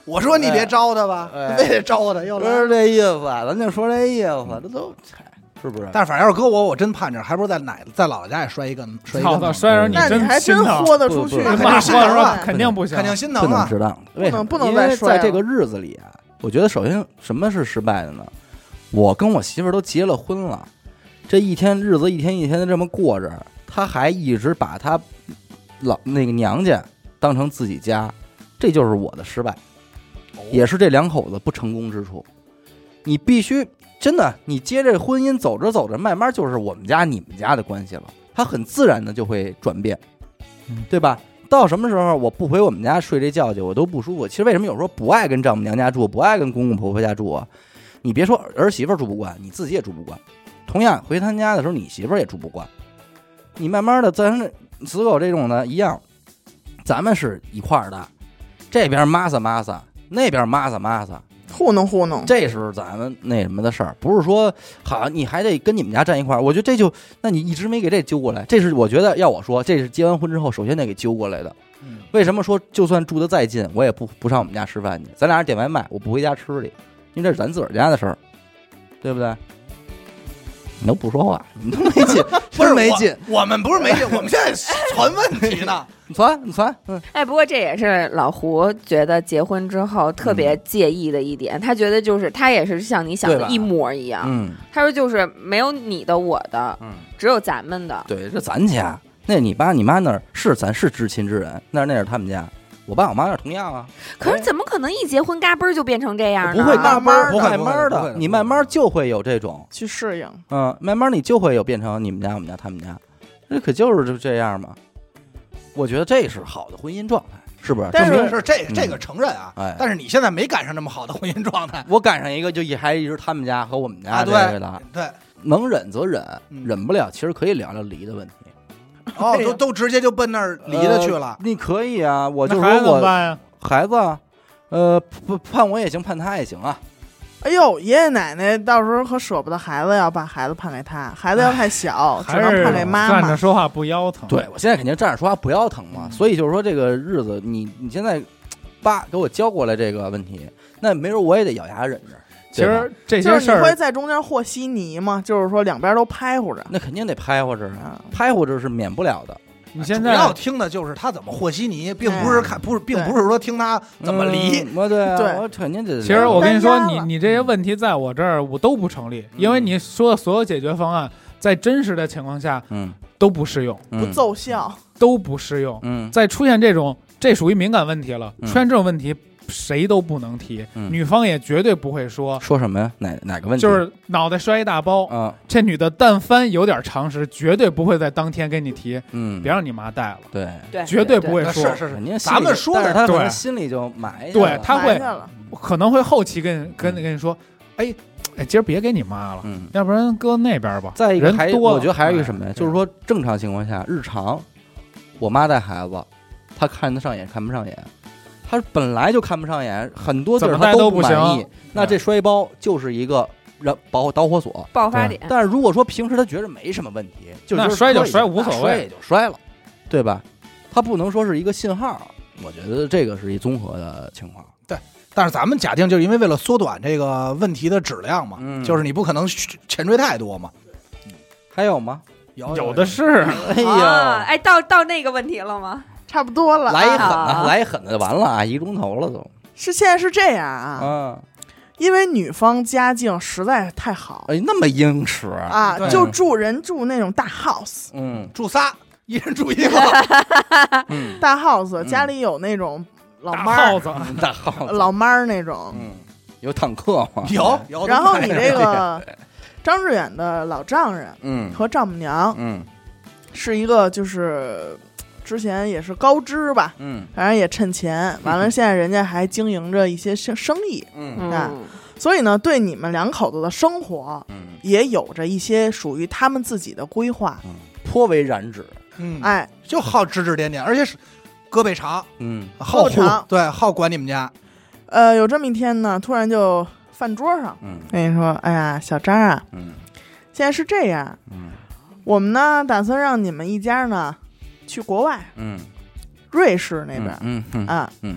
我说你别招他吧，
哎
非得招他，又来。
不是这意思，咱就说这意思，这都是不是？
但是反正要是搁我，我真盼着，还不如在奶在姥姥家也摔一个摔一个
操操，
呢，
摔着你
那你还真
心疼，
豁得出去，
不不不
骂
肯定心疼
话说
啊
肯定不行，
肯定心
不
疼啊。
能值当，为什么？
不能
因为
再摔了
在这个日子里啊，我觉得首先什么是失败的呢？我跟我媳妇儿都结了婚了，这一天日子一天一天的这么过着，她还一直把她老那个娘家当成自己家，这就是我的失败，也是这两口子不成功之处。你必须真的，你接这婚姻走着走着，慢慢就是我们家你们家的关系了，它很自然的就会转变，对吧？到什么时候我不回我们家睡这觉去，我都不舒服。其实为什么有时候不爱跟丈母娘家住，不爱跟公公婆婆家住啊？你别说儿媳妇住不惯，你自己也住不惯。同样回他家的时候，你媳妇也住不惯。你慢慢的，咱死狗这种的一样，咱们是一块儿的，这边抹撒抹撒，那边抹撒抹撒，
糊弄糊弄。
这是咱们那什么的事儿，不是说好你还得跟你们家站一块儿。我觉得这就，那你一直没给这揪过来，这是我觉得要我说，这是结完婚之后首先得给揪过来的。
嗯
为什么说就算住得再近，我也不不上我们家吃饭去，咱俩人点外卖，我不回家吃去，因为这是咱自个儿家的事儿，对不对？你都不说话，你都没劲，
不是
没劲，
我，我们不是没劲，我们现在传问题呢。
你传你传，嗯，
哎，不过这也是老胡觉得结婚之后特别介意的一点，他觉得就是他也是像你想
对吧
的一模一样。
嗯
他说就是没有你的我的，
嗯，
只有咱们的。
对，这咱家，那你爸你妈那儿是咱是至亲之人，那那是他们家，我爸我妈那儿同样啊。
可是怎么可能一结婚嘎嘣儿就变成这样呢？
不会嘎嘣儿，
不会
慢慢的，
不会不会
你慢慢就会有这种，
去适应。
嗯，慢慢你就会有变成你们家、我们家、他们家，这可就是就这样嘛。我觉得这是好的婚姻状态，是不是？
但是
证明
是这
嗯
这个承认啊，
哎
但是你现在没赶上那么好的婚姻状态
我赶上一个就也还一直他们家和我们家
啊，
这
对
个的，
对，
能忍则忍，
嗯
忍不了其实可以聊聊离的问题。
哦，都都直接就奔那儿离了去了
呃。你可以啊，我就
那孩子怎么
说我
办呀？
孩子啊，呃，不判我也行，判他也行啊。
哎呦，爷爷奶奶到时候可舍不得孩子要把孩子判给他，孩子要太小，只能
还是
判给妈
站着
妈。
说话不腰疼。
对，我现在肯定站着说话不腰疼嘛，
嗯
所以就是说这个日子，你你现在叭给我交过来这个问题，那没准我也得咬牙忍着。
其
对吧
实这
就是你
些事儿，
会在中间和稀泥吗？就是说两边都拍乎着
那肯定得拍活着啊，
啊。
拍活着是免不了的。
主
你现在
要听的就是他怎么和稀泥，并不是看，不是，并不是说听他怎么离。
嗯我对啊，
对
我肯定得。
其实我跟你说，
单压了
你你这些问题在我这儿我都不成立，因为你说的所有解决方案在真实的情况下
嗯
都不适用，
嗯
不奏效，
都不适用。
嗯
再出现这种，这属于敏感问题了。
嗯
出现这种问题，谁都不能提，
嗯
女方也绝对不会说。
说什么呀？哪哪个问题？
就是脑袋摔一大包，
嗯
这女的但凡有点常识，绝对不会在当天跟你提，
嗯，
别让你妈带了，
对，
对，
绝对不会
是
说。
是是，
肯定心里
咱们说的
但是他可能
对
心里就埋下
对
了
他会
埋下了
可能会后期跟跟跟你说，哎哎，今儿别给你妈了，
嗯。
要不然搁那边吧。
再一个还，
人多了，
我觉得还有一个什么呀？
哎
就是说正常情况下，日常我妈带孩子，她看得上眼看不上眼，她本来就看不上眼，很多地儿
怎么带
她不
都不行
满意。那这摔包就是一个燃导导火索。
爆发点。
但是如果说平时她觉得没什么问题，就
那
是
摔就摔
那
无所谓
摔也就摔了，对吧？她不能说是一个信号，我觉得这个是一综合的情况。
但是咱们假定就是因为为了缩短这个问题的质量嘛，
嗯
就是你不可能前缀太多嘛。
还有吗？
有
有的是。
哎呦，
啊，哎，到到那个问题了吗？
差不多了。
来一狠
啊
的，来一狠的就完了啊！一个钟头了都。
是现在是这样啊，
啊，
因为女方家境实在是太好
哎，那么殷实
啊，
对
就住人住那种大 house，
嗯
住仨，一人住一个。
嗯，
大 house
嗯
家里有那种老
大
妈儿、
耗子，
大耗子，
老妈儿那种。
嗯，有坦克吗？
有有。
然后你这个张志远的老丈人
嗯
和丈母娘
嗯
是一个就是之前也是高知吧，
嗯
反正也趁钱，完了现在人家还经营着一些生生意，
嗯
啊
嗯，
所以呢，对你们两口子的生活
嗯
也有着一些属于他们自己的规划。
嗯，颇为染指。
嗯，
哎，
就好指指点点，而且是胳膊长，
嗯
好
后长
护，对，好管你们家。
呃，有这么一天呢，突然就饭桌上
嗯
跟你说：“哎呀，小张啊，
嗯
现在是这样，
嗯
我们呢打算让你们一家呢去国外，
嗯，
瑞士那边、
嗯嗯
啊，
嗯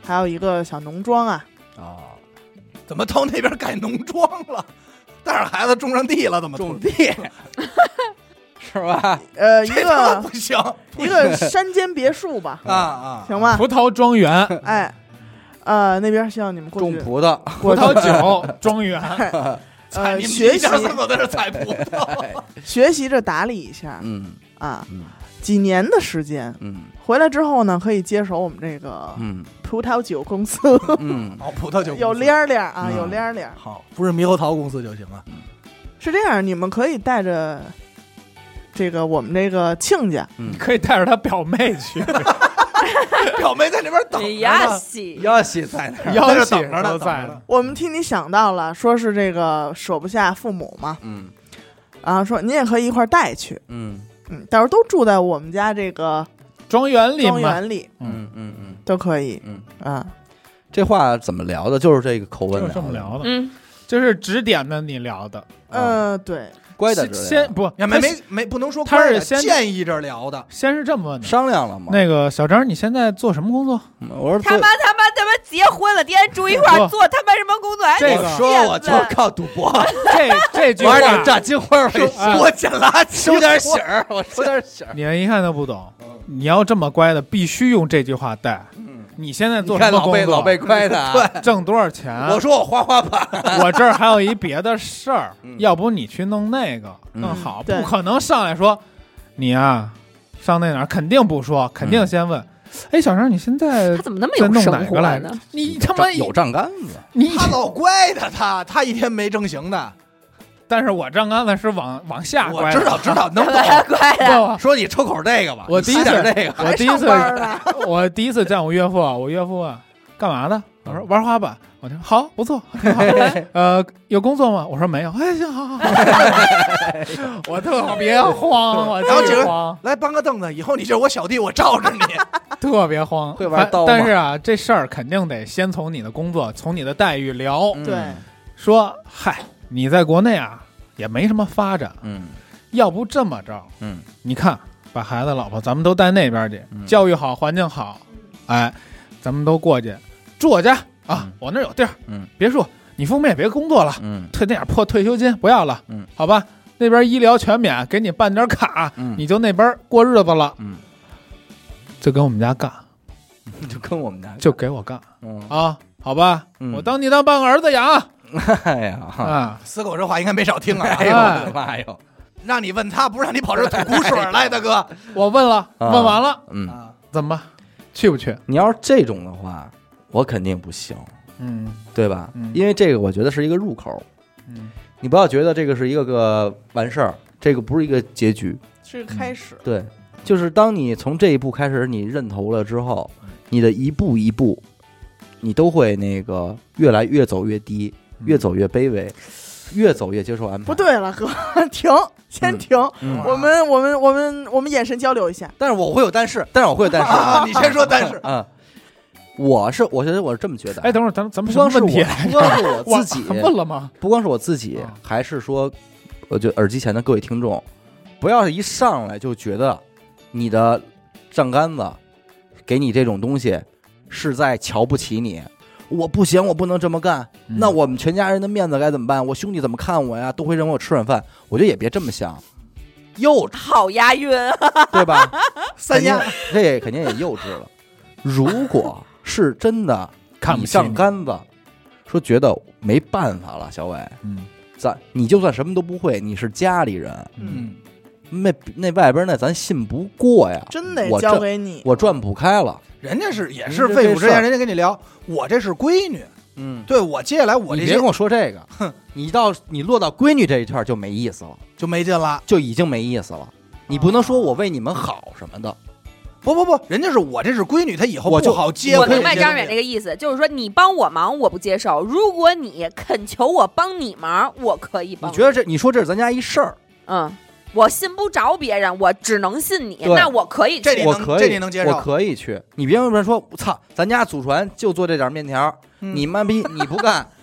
还有一个小农庄啊，
啊，
怎么到那边改农庄了？带着孩子种上地了，怎么
种地是吧？
呃，一
这他妈
个
不行
一个山间别墅吧，
啊啊！
行吧？
葡萄庄园、
哎，呃，那边需要你们过去
种葡萄，
葡萄酒庄园，
呃，
你们
学习
一家三口在这采葡萄，
学习着打理一下
嗯
啊，
嗯
几年的时间，
嗯
回来之后呢，可以接手我们这个
嗯
葡萄酒公司，
嗯
哦，葡萄酒
有链儿链儿啊，
嗯
有链儿链儿。
好，不是猕猴桃公司就行了。
是这样，你们可以带着这个我们这个亲家，
嗯，
可以带着他表妹去，
表妹在那边等着
哎呀
呢，
西，
要洗在那儿，
要
在这
挟
等着呢，
都在
等着呢。
我们替你想到了，说是这个舍不下父母嘛，
嗯
然后说您也可以一块儿带去，
嗯
嗯，到时候都住在我们家这个
庄园里
庄
嘛，
园里
嗯嗯嗯
都可以
嗯，
啊。
这话怎么聊的？就是这个口吻
就是这么聊的，
嗯，
就是指点的你聊的。
呃，对，
乖的之类的
先不，
也没
他
没没不能说
他是
乖的
先
建议着聊的，
先是这么问的。
商量了吗？
那个小张，你现在做什么工作？
嗯我说
他妈他妈他妈结婚了，天天住一块儿
不
做他妈什么工作？还
这个
得
我说
骗
我就
子
靠赌博，
这这句
玩点
话，
炸金花为
啊
生，
我捡垃圾，
收点喜儿，我收点喜儿。
你们一看都不懂。你要这么乖的，必须用这句话带。
嗯，
你现在
你
做什
看
么工作？
老被老被乖的啊，
对
挣多少钱？
我说我花花板，
我这儿还有一别的事儿
嗯，
要不你去弄那个
嗯
弄好，
对
不可能上来说你啊上那哪儿，肯定不说，肯定先问。哎，小张，你现在
他怎么那么
在弄
有生活
哪个来着
呢？？
你他妈
有账杆子，
你，
他老乖的，他他一天没正形的，
但是我账杆子是往往下
我
拐，
知道知道，能懂。
乖的，
不。
说你抽口这个吧，
我第一次
你吃点这个，
我第一次
还上班呢
我第一次见我岳父，我岳父啊，干嘛的？我说玩滑板。我说好，不错，挺好。呃，有工作吗？我说没有。哎，行，好好好。我特别慌，我
然后几个
巨慌，
来搬个凳子，以后你就是我小弟，我罩着你。
特别慌。
会玩刀吗
但是啊，这事儿肯定得先从你的工作，从你的待遇聊。
嗯
对，
说，嗨，你在国内啊也没什么发展，
嗯
要不这么着，
嗯
你看，把孩子、老婆咱们都带那边去，
嗯
教育好，环境好，哎，咱们都过去住我家啊，
嗯
我那儿有地儿，
嗯
别墅，你父母也别工作了，
嗯
退那点破退休金不要了，
嗯，
好吧，那边医疗全免，给你办点卡，
嗯
你就那边过日子了，
嗯，
就跟我们家干，
就跟我们家
就给我干
嗯，
啊，好吧，
嗯
我当你当半个儿子养
哎呀，
啊，
死狗这话应该没少听啊！
哎呦我的妈哟，
让你问他，不是让你跑这吐苦水来，大哥。
我问了，
啊
问完了，
嗯，
啊，
怎么办？去不去？
你要是这种的话，我肯定不行，
嗯
对吧？
嗯
因为这个我觉得是一个入口，
嗯，
你不要觉得这个是一个个完事儿，这个不是一个结局，
是个开始。
对，就是当你从这一步开始，你认头了之后，你的一步一步，你都会那个越来越走越低，越走越卑微，越走越接受安排。
不，对了，哥，停，先停。
嗯，
我们我们我们我们眼神交流一下。
但是我会有但是，但是我会有但是
啊，你先说，但是
啊，我是我觉得我是这么觉得，
哎，等会儿咱咱们
不光是我，
什么问题
不光是我自己，
问了吗？
不光是我自己
啊，
还是说，我觉得耳机前的各位听众，不要一上来就觉得你的账杆子给你这种东西是在瞧不起你。我不行，我不能这么干。
嗯
那我们全家人的面子该怎么办？我兄弟怎么看我呀？都会认为我吃软饭。我觉得也别这么想，幼稚，
好押韵，
对吧？
三亚
肯定这肯定也幼稚了。如果是真的你
看不起你
上杆子，说觉得没办法了，小伟，
嗯
咱你就算什么都不会，你是家里人，
嗯，
那那外边那咱信不过呀，
真得
我这
交给你。
我转不开了。
人家是也
你
是
这这事儿
肺腑之言，人家跟你聊，我这是闺女，
嗯，
对我接下来我这些
你别跟我说这个，哼，你到你落到闺女这一圈就没意思了，
就没劲了。
就已经没意思了。你不能说我为你们好什么的，
不不不，人家是我这是闺女，她以后
我就
不好接。
我
会
明白张远
这些东西
这个意思，就是说你帮我忙我不接受，如果你恳求我帮你忙，我可以帮。
你觉得这你说这是咱家一事儿，
嗯，我信不着别人，我只能信你，
对
那我可以去。
这你能
我可以，
这你能接受
我可以去。你别跟人说，我操，咱家祖传就做这点面条，
嗯
你妈逼你不干，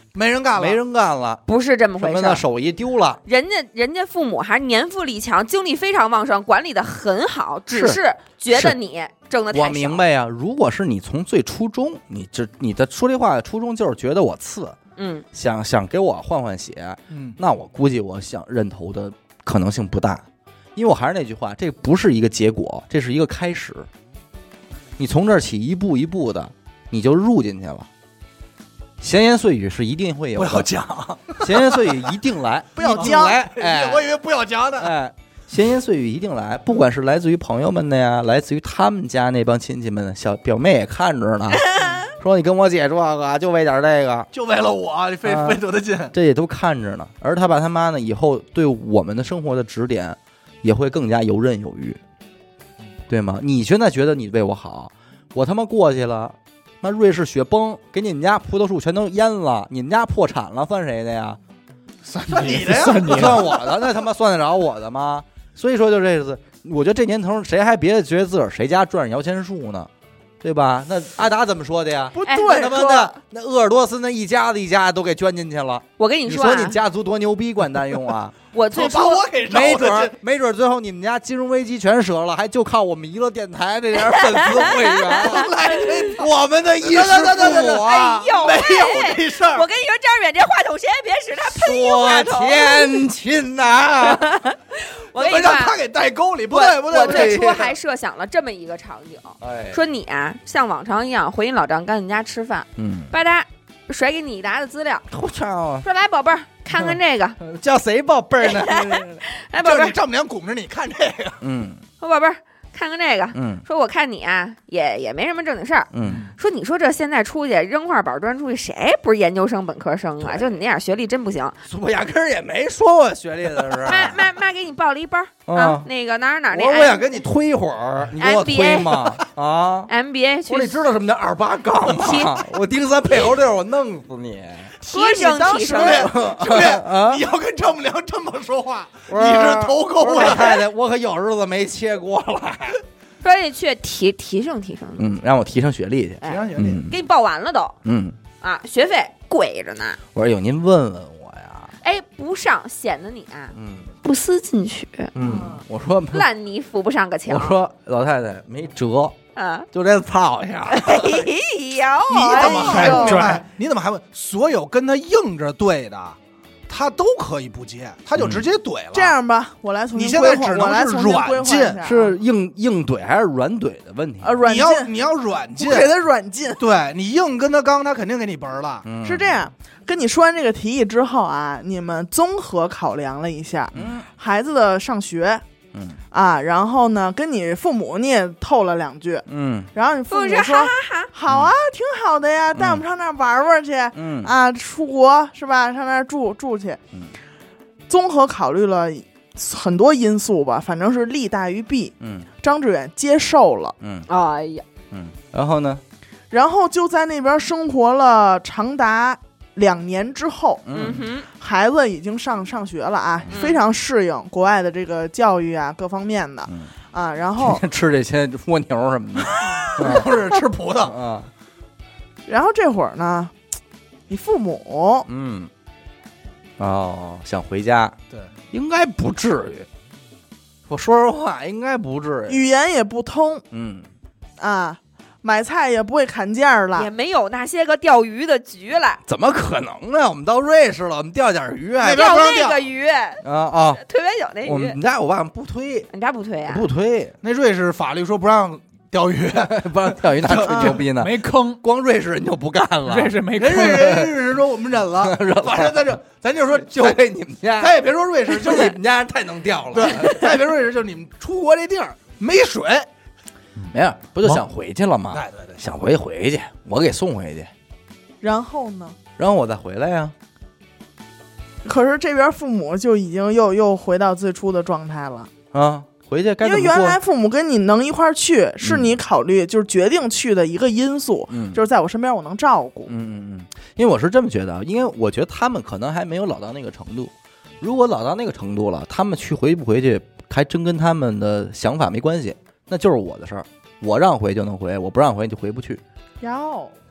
没人干了，
没人干了，
不是这么
什
回事儿。
么的手艺丢了，
人家人家父母还是年富力强，精力非常旺盛，管理的很好，只
是
是觉得
是
你挣的太少。
我明白呀。如果是你从最初衷，你这你的说这话的初衷就是觉得我次，
嗯，
想想给我换换血，
嗯，
那我估计我想认头的可能性不大，因为我还是那句话，这不是一个结果，这是一个开始。你从这儿起一步一步的，你就入进去了。闲言碎语是一定会有的，
不要讲，
闲言碎语一定来，
不要
一定
讲
来，哎，
我以为不要讲的，
哎，闲言碎语一定来，不管是来自于朋友们的呀，来自于他们家那帮亲戚们的，小表妹也看着呢，说你跟我姐这个就为点这个，
就为了我，你费
啊
费多大劲？
这也都看着呢。而他爸他妈呢，以后对我们的生活的指点也会更加游刃有余，对吗？你现在觉得你为我好，我他妈过去了，那瑞士雪崩给你们家葡萄树全都淹了，你们家破产了，算谁的呀？
算
算你的呀
算你的。
算我的，那他妈算得着我的吗？所以说就这意思，我觉得这年头谁还别觉得自个儿谁家赚摇钱树呢，对吧？那阿达怎么说的呀？
哎
不对，哥
他妈的那鄂尔多斯那一家子一家都给捐进去了，
我跟说啊，
你说你家族多牛逼，管蛋用啊？
我最初
把我给绕
没准儿
了去，
没准儿最后你们家金融危机全折了，还就靠我们娱乐电台这点粉丝会员，
来这
我们的衣食父母啊
哎，呦
没有
喂
这事儿
我，跟你说，张远这话筒谁也别使，他喷一话
说
筒。
天亲呐！
我跟你说啊，
让他给带沟里，不
我
对不对
我
不对，
最初还设想了这么一个场景，
哎，
说你啊，像往常一样回你老丈干你家吃饭，
嗯，
吧嗒甩给你一沓的资料，
我操，
说来宝贝儿看看这个，
叫谁宝贝儿呢？
来宝贝儿，
就你丈母娘拱着你看这个，
嗯
说宝贝儿看看这个，
嗯
说我看你啊也也没什么正经事儿，
嗯，
说你说这现在出去扔块板砖出去，谁不是研究生本科生啊？就你那点学历真不行。
我压根儿也没说我学历的事儿。
妈妈妈给你报了一班儿啊
啊，
那个哪儿哪儿那
我我想
M
跟你推一会儿，你给我推吗？啊！
M B A 去
我说你知道什么叫二八杠吗？我丁三配猴六，我弄死你！
提升提升。
兄弟，
啊
你要跟丈母娘这么说话，
我
你是头
我
沟了。
说老太太，我可有日子没切过了。
说你去提提升提升，
嗯，让我提升学历去。
哎
行行行，
嗯
给你报完了都
嗯，
啊，学费贵着呢。
我说有您问问我呀。
哎，不上显得你啊
嗯
不思进取，
嗯，我说
烂泥扶不上个墙
我。说老太太没辙，
啊，
就这操一下。
哎呦，
你怎么还
哎呦
不明白？你怎么还问？所有跟他硬着对的，他都可以不接，他就直接怼了。
这样吧，我来重新
你现在
规划
只能是
我来重新
软禁
规划一下啊
是硬硬怼还是软怼的问题？
呃软禁，
你要你要软禁
我，给他软禁。
对你硬跟他刚，他肯定给你本儿了。
嗯
是这，样，跟你说完这个提议之后啊，你们综合考量了一下
嗯
孩子的上学
嗯
啊，然后呢，跟你父母你也透了两句，
嗯
然后你父母
不是
说
哈哈哈，
好啊，挺好的呀，带我们上那儿玩玩去
嗯
啊，出国是吧？上那儿住住去
嗯。
综合考虑了很多因素吧，反正是利大于弊。
嗯
张志远接受了，
嗯
哎呀，
嗯，然后呢？
然后就在那边生活了长达两年之后，
嗯
嗯
哼，
孩子已经上上学了啊，
嗯
非常适应国外的这个教育啊，各方面的
嗯，
啊。然后，
吃这些蜗牛什么的
不是吃葡萄，
啊，
然后这会儿呢，你父母
嗯，哦，想回家，
对，
应该不至于。我说实话，应该不至于。
语言也不通
嗯，
啊，买菜也不会砍价
也
了，
没有那些个钓鱼的局了，
怎么可能呢？我们到瑞士了，我们钓点鱼还
那边
钓那
不让钓
个鱼，
啊啊！
特别有那鱼
我们，家我爸不推，
你家不推啊？
不推，
那瑞士法律说不让钓鱼，
不让钓鱼，那吹牛逼呢。
没坑，
光瑞士人就不干了，
瑞士没坑
人。瑞人瑞士说我们忍了，反正咱就咱就说就
就给你们家，
咱也别说瑞士，就
就你
是
们家人太能钓了。
对，咱也别说瑞士，就是你们出国这地儿没水，
没有，不就想回去了吗？
对对对，
想回回去，我给送回去，
然后呢？
然后我再回来呀。
可是这边父母就已经又又回到最初的状态了，
啊，回去该
因
怎么过？
为原来父母跟你能一块儿去，是你考虑就是决定去的一个因素，
嗯，
就是在我身边我能照顾。
嗯嗯嗯，因为我是这么觉得，因为我觉得他们可能还没有老到那个程度。如果老到那个程度了，他们去回不回去，还真跟他们的想法没关系，那就是我的事儿。我让回就能回，我不让回就回不去。
哟，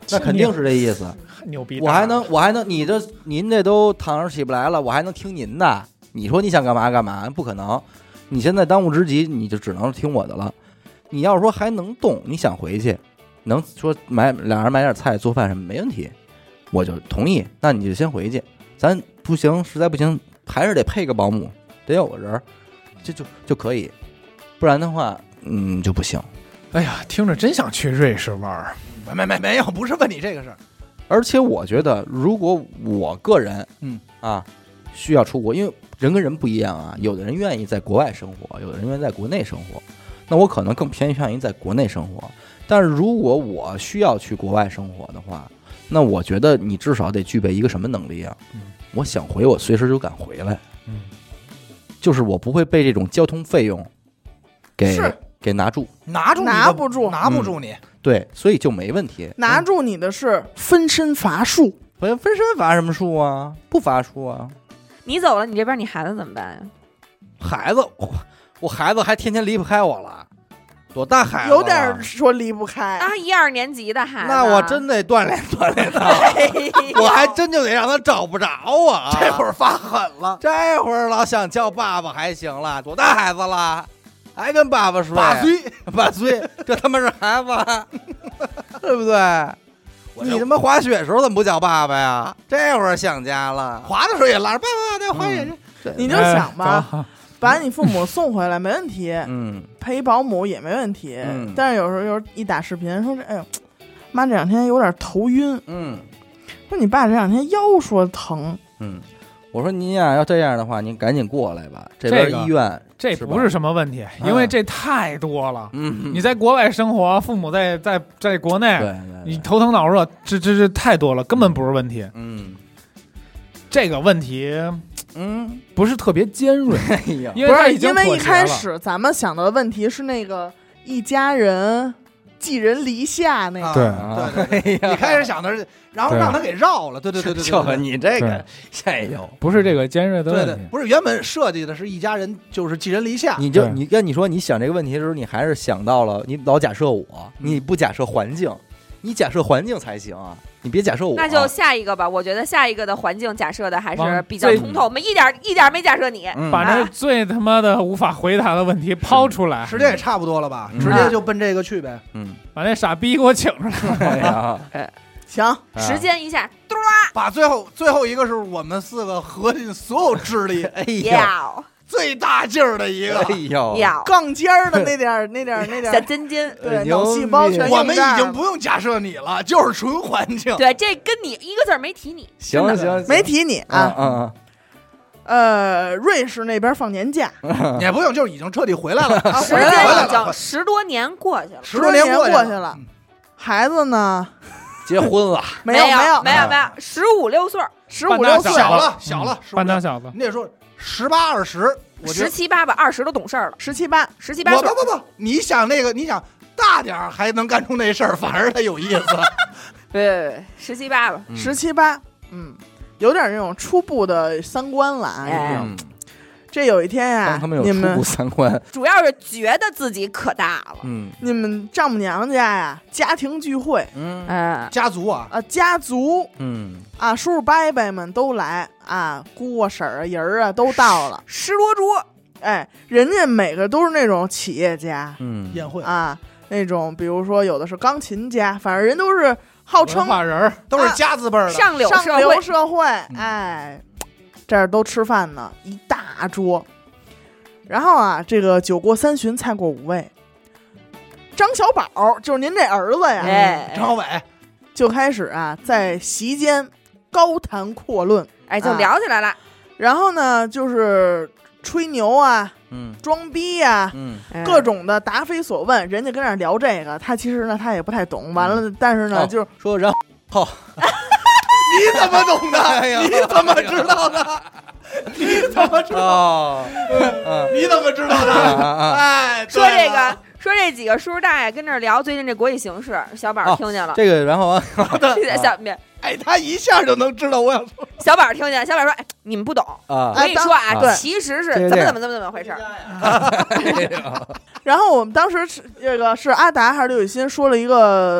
那肯定是这意思。
牛逼！
我还能，我还能，你这您这都躺着起不来了，我还能听您的？你说你想干嘛干嘛？不可能！你现在当务之急，你就只能听我的了。你要是说还能动，你想回去，能说买俩人买点菜做饭什么没问题，我就同意。那你就先回去，咱不行，实在不行，还是得配个保姆，得有个人，这就就可以，不然的话，嗯，就不行。
哎呀，听着真想去瑞士玩儿。
没没没有，不是问你这个事儿。
而且我觉得，如果我个人，
嗯
啊，需要出国，因为人跟人不一样啊，有的人愿意在国外生活，有的人愿意在国内生活，那我可能更偏向于在国内生活。但是如果我需要去国外生活的话，那我觉得你至少得具备一个什么能力啊？
嗯，
我想回，我随时就敢回来。
嗯，
就是我不会被这种交通费用给
是
给拿住。
拿住你的
拿不住
拿不住你。
对，所以就没问题。
拿住你的是分身乏术。
分分身乏什么术啊？不乏术啊。
你走了，你这边你孩子怎么办呀？
孩子，我我孩子还天天离不开我了，多大孩子？
有点说离不开
啊，一二年级的孩子，
那我真得锻炼锻炼他，我还真就得让他找不着我啊！
这会儿发狠了，
这会儿老想叫爸爸还行了，多大孩子了，还跟爸爸睡？
八岁，
八岁，这他妈是孩子，对不对？你他妈滑雪的时候怎么不叫爸爸呀？这会儿想家了，
滑的时候也拉着爸爸再滑雪去。
你就想吧，
哎
把你父母送回来没问题，
嗯，
陪保姆也没问题。
嗯
但是有时候有时候一打视频说这，哎呦，妈这两天有点头晕。
嗯
说你爸这两天腰说疼。
嗯，我说您呀，要这样的话，您赶紧过来吧，这边
这个
医院
这不是什么问题，因为这太多了。
嗯，
你在国外生活，父母在在在国内，
对，
你头疼脑热，这这这太多了，根本不是问题。
嗯
这个问题
嗯，
不是特别尖锐，
哎呀，
不是
因为他已经
因为一开
妥协了
始咱们想到的问题是那个一家人寄人篱下那个。
对
啊
对对对，
哎呀
你开始想的是，然后
对
让他给绕了。对对对对对，
就
对
你这个
对，
哎呦，
不是这个尖锐的
对对
问题，。
不是原本设计的是一家人就是寄人篱下，
你就
对
你跟你说你想这个问题的时候，你还是想到了你老假设我，你不假设环境，你假设环境才行啊，你别假设我。
那就下一个吧。我觉得下一个的环境假设的还是
往
比较通透，我们一点一点没假设你。
嗯
把那最他妈的无法回答的问题抛出来，
时间也差不多了吧？
嗯
直接就奔这个去呗。
嗯，
把那傻逼给我请出来。
哎呀，
行，
啊
时间一下，嘟
把最后最后一个是我们四个合计所有智力
哎呦，
要
最大劲儿的一个
哎。呦，
要
杠尖儿的那点儿那点儿那点
小
儿，
尖尖。
对，
牛
脑细胞
逼
全
我们
用这儿
已经不用假设你了，就是纯环境。
对，这跟你一个字儿没提你。
行
真的
行，
没提你
啊
啊。
啊
呃，瑞士那边放年假，
你也不用，就是已经彻底回来了，
啊
时
回来了
间已经十多年过去了，
十多年
过
去
去了。孩子呢？
结婚了，
没有
没
没有
没有没有，十五六岁儿，
十五六岁
小
半大
了小了，
半大小子，
你得说十八二十，我觉
十
得
七八吧，二十都懂事儿了，
十七八，
十七八岁儿。
我不不不，你想那个，你想大点儿还能干出那事儿，反而他有意思。
对对对，十七八吧。
嗯
十七八，嗯，有点那种初步的三观了啊。已
哎
经
嗯，
这有一天呀
当他们，有
你
初步
们
三观，
主要是觉得自己可大了，
嗯
你们丈母娘家呀，家庭聚会
嗯
嗯，
家族啊，
啊，家族
嗯，
啊，叔叔伯伯们都来啊，姑啊婶儿啊人儿啊都到了。
十多桌，
哎，人家每个都是那种企业家
嗯，
宴会
啊，那种比如说有的是钢琴家，反正人都是号称
文化人儿，
都是家字辈儿的。
上流
上流
社会，
社会，哎，这儿都吃饭呢，一大桌。然后啊，这个酒过三巡，菜过五味，张小宝就是您这儿子呀，
哎
张小伟，
就开始啊在席间高谈阔论，
哎，就聊起来了，
然后呢就是吹牛啊、
嗯
装逼呀、
嗯
哎
各种的答非所问，人家跟那儿聊这个，他其实呢他也不太懂。完了，但是呢，
哦
就是
说然后
你怎么懂的？
哎呀
你怎么知道的？你怎么知道？
哦，嗯
你怎么知道
啊
的？
啊啊，
哎，
说
对了
这个，说这几个叔叔大爷跟这儿聊最近这国际形势，小宝
哦
听见了，
这个然后啊，
小
哎，他一下就能知道我想说。
小宝听见，小宝说：“哎，你们不懂，
啊
我跟你说啊，
对
其实是
这个这样
怎么怎么怎么怎么回事儿。
然后我们当时是这个是阿达还是刘雨欣说了一个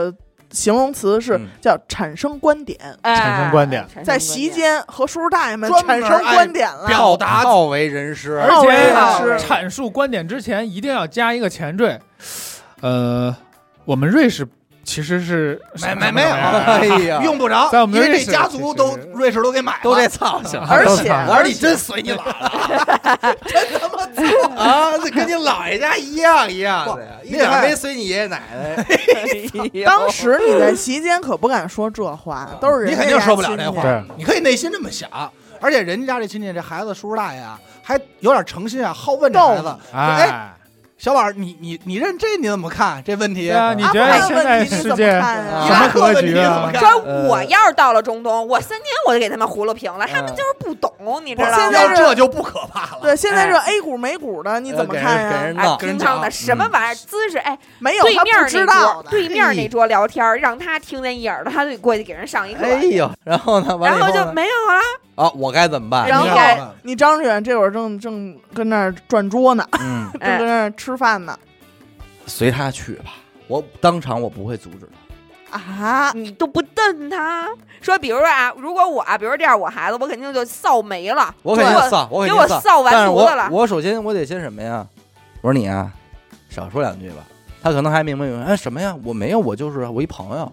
形容词是
嗯
叫产生观点，
哎
产生观点
产生
在席
观点
间和叔叔大爷们
专门
产生观点了。
表达
好为人师，
而
好为
且
人师
阐述观点之前一定要加一个前缀。呃，我们瑞士其实是
没没没有，
哎呀，
用不着，
在我们
因为这
瑞士
家族都
其实
瑞士都给买了，
都这操性，
而且
我说你真随你姥姥，真他妈错啊！这跟你姥爷家一样一样的呀，一点没随你爷爷奶奶。
当时你在席间可不敢说这话，都是人家
你肯定说不了
家亲戚
这话
对，
你可以内心这么想，而且人家这亲戚这孩子叔叔大爷啊，还有点诚心啊，好问这孩子，哎，
哎，
小宝，你你你认这你怎么看这问题？
对啊，你
阿
觉得
富汗
现在
问题你怎么
世界
看呀
什么格局
伊拉克问
啊
题怎么？
说我要是到了中东，我三年我就给他们葫芦平了，他们就是不懂，你知道吗？
现在是
要这就不可怕了。
对，现在
哎
这 A 股美股的你怎么看呀
给人？
哎
闹，
平常的什么玩意儿姿势？哎，
没有他不
对面那
知道的。
桌对面那桌聊天，让他听见一耳朵，他就过去给人上一课。
哎呦，然后呢？完
然后就
了以呢
没有啊，
啊，我该怎么办？
然后
你该
你张志远这会儿正正跟那儿转桌呢，
嗯，
正跟那儿吃饭呢。
随他去吧，我当场我不会阻止他。
啊，
你都不瞪他，说比如说啊，如果我啊，比如说这样，我孩子我肯定就臊没了，
我肯定臊，我肯
给
定臊，
我臊完
但是
犊子了
我。我首先我得先什么呀？我说你啊，少说两句吧。他可能还明白明白，哎什么呀？我没有，我就是我一朋友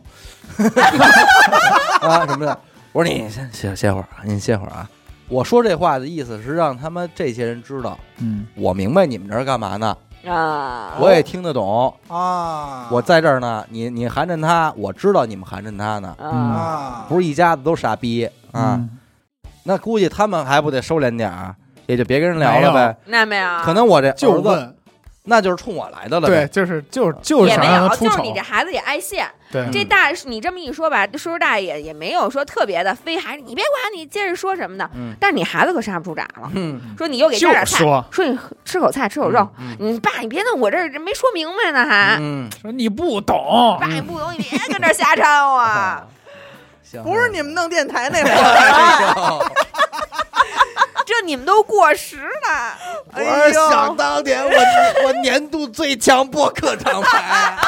啊什么的。我说你先歇歇会儿，你歇会儿啊。我说这话的意思是让他们这些人知道，
嗯，
我明白你们这是干嘛呢，
啊，
我也听得懂，
啊，
我在这儿呢。你你寒碜他，我知道你们寒碜他呢，
啊，
啊，
不是一家子都傻逼啊。
嗯
那估计他们还不得收敛点儿，也就别跟人聊了呗。
那没有，
可能我这儿子
就问，
那就是冲我来的了
对，
呗。
就是就是就是想
也没有，
让他出丑
就是你，这孩子也爱现。
对，
这大你这么一说吧，叔叔大爷也没有说特别的，非孩子你别管，你接着说什么的。
嗯
但是你孩子可刹不住闸了，
嗯，
说你又给
就
加点菜，
说
说你吃口菜吃口肉，
嗯
你爸你别弄我这儿没说明白呢还，
嗯，
说你不懂，
爸你不懂你别跟这儿瞎掺和啊。
行
不是你们弄电台那会儿，
哎呦
这你们都过时了，
我是想当年我我年度最强播客厂牌，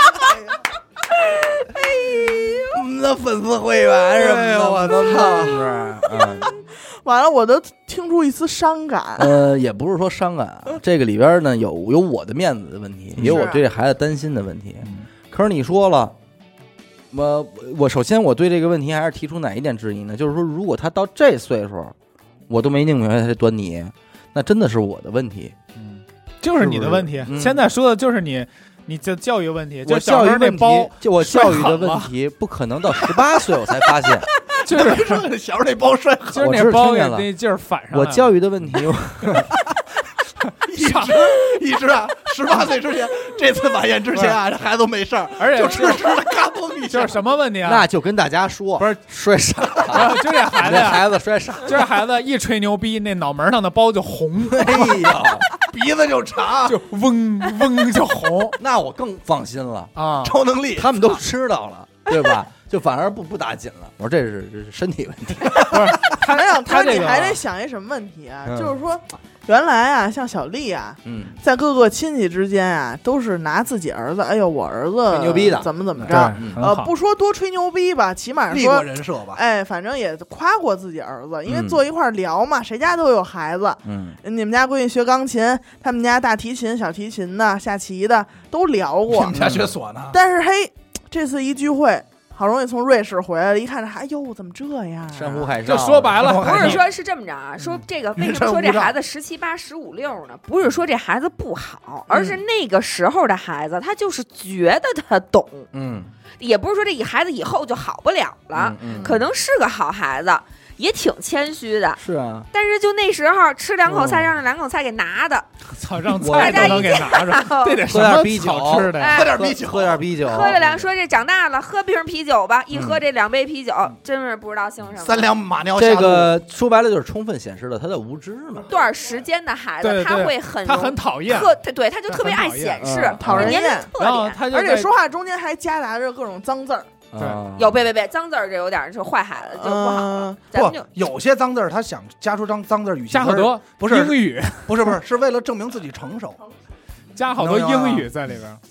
哎呦，我们的粉丝会员什么的，我都弄着。嗯，
完了我都听出一丝伤感。
呃，也不是说伤感啊，这个里边呢有有我的面子的问题，也有我对这孩子担心的问题。可是你说了。我我首先我对这个问题还是提出哪一点质疑呢？就是说，如果他到这岁数，我都没弄明白他这端倪，那真的是我的问题。
嗯，就是你的问题。
嗯
现在说的就是你，你这教育问题，
我
就小时候那
教育问题
包，，
就我教育的
摔狠了
问题，不可能到十八岁我才发现。
就是
说小时候那包摔狠，
我是
就是那包
听见了
给那劲儿反上来了。
我教育的问题，
一直一直啊，十八岁之前，这次晚宴之前啊，这孩子都没事儿，
而且
就吃吃的嘎嘣一下
就是，什么问题啊？
那就跟大家说，
不是
摔傻
然后就这孩子
这
呀，
孩子摔傻。
这孩子一吹牛逼，那脑门上的包就红，
哎呀，
鼻子就长，
就嗡嗡就红
那我更放心了，
啊！
超能力，
他们都知道了，对吧？就反而不不打紧了。我说这是这是身体问题。
不是他
没有，他
这个
你还得想一什么问题啊？
嗯
就是说，原来啊，像小丽啊，
嗯，
在各个亲戚之间啊，都是拿自己儿子，哎呦，我儿子
吹牛逼的
怎么怎么
对，
着，呃，
很好。
不说多吹牛逼吧，起码
立过
说，
人设吧？
哎，反正也夸过自己儿子，因为
嗯
坐一块儿聊嘛，谁家都有孩子。
嗯，
你们家闺女学钢琴，他们家大提琴、小提琴的、下棋的都聊
你
过
们，家学唢呐，
但是嘿，这次一聚会，好容易从瑞士回来了，一看这孩，哎呦，怎么这样啊？
山呼海上，
就说白了，
不是说是这么着啊，说这个为什么说这孩子十七八、十五六呢？不是说这孩子不好，而是那个时候的孩子，他就是觉得他懂，
嗯，
也不是说这孩子以后就好不了了，
嗯，嗯
可能是个好孩子，也挺谦虚的。
是啊，
但是就那时候吃两口菜，
嗯
让那两口菜给拿的，
操，让
我
菜都能给拿着，这得什
喝点
么
啤酒
好吃的呀？
哎
喝点啤酒，
喝点啤酒，
喝着两说这长大了喝瓶啤酒吧，一
嗯
喝这两杯啤酒，真是不知道姓什么。
三两马尿下
这
肚，
个说白了就是充分显示了他的无知嘛。
段时间的孩子，
对对
他会很
他
容
很讨厌，
特对对，他就特别爱
他很讨厌
显示
嗯，
年龄
讨人厌
特
然后
点。
他就在
而且说话中间还夹杂着各种脏字儿，
对
啊
有别别别，脏字儿这有点儿就坏孩子就不好了
嗯，
咱们
不
就，
有些脏字儿他想加出脏脏字儿语气词儿，
加好多
不是
英语，
不是不是，是为了证明自己成熟。
加好多英语在里边。
也行。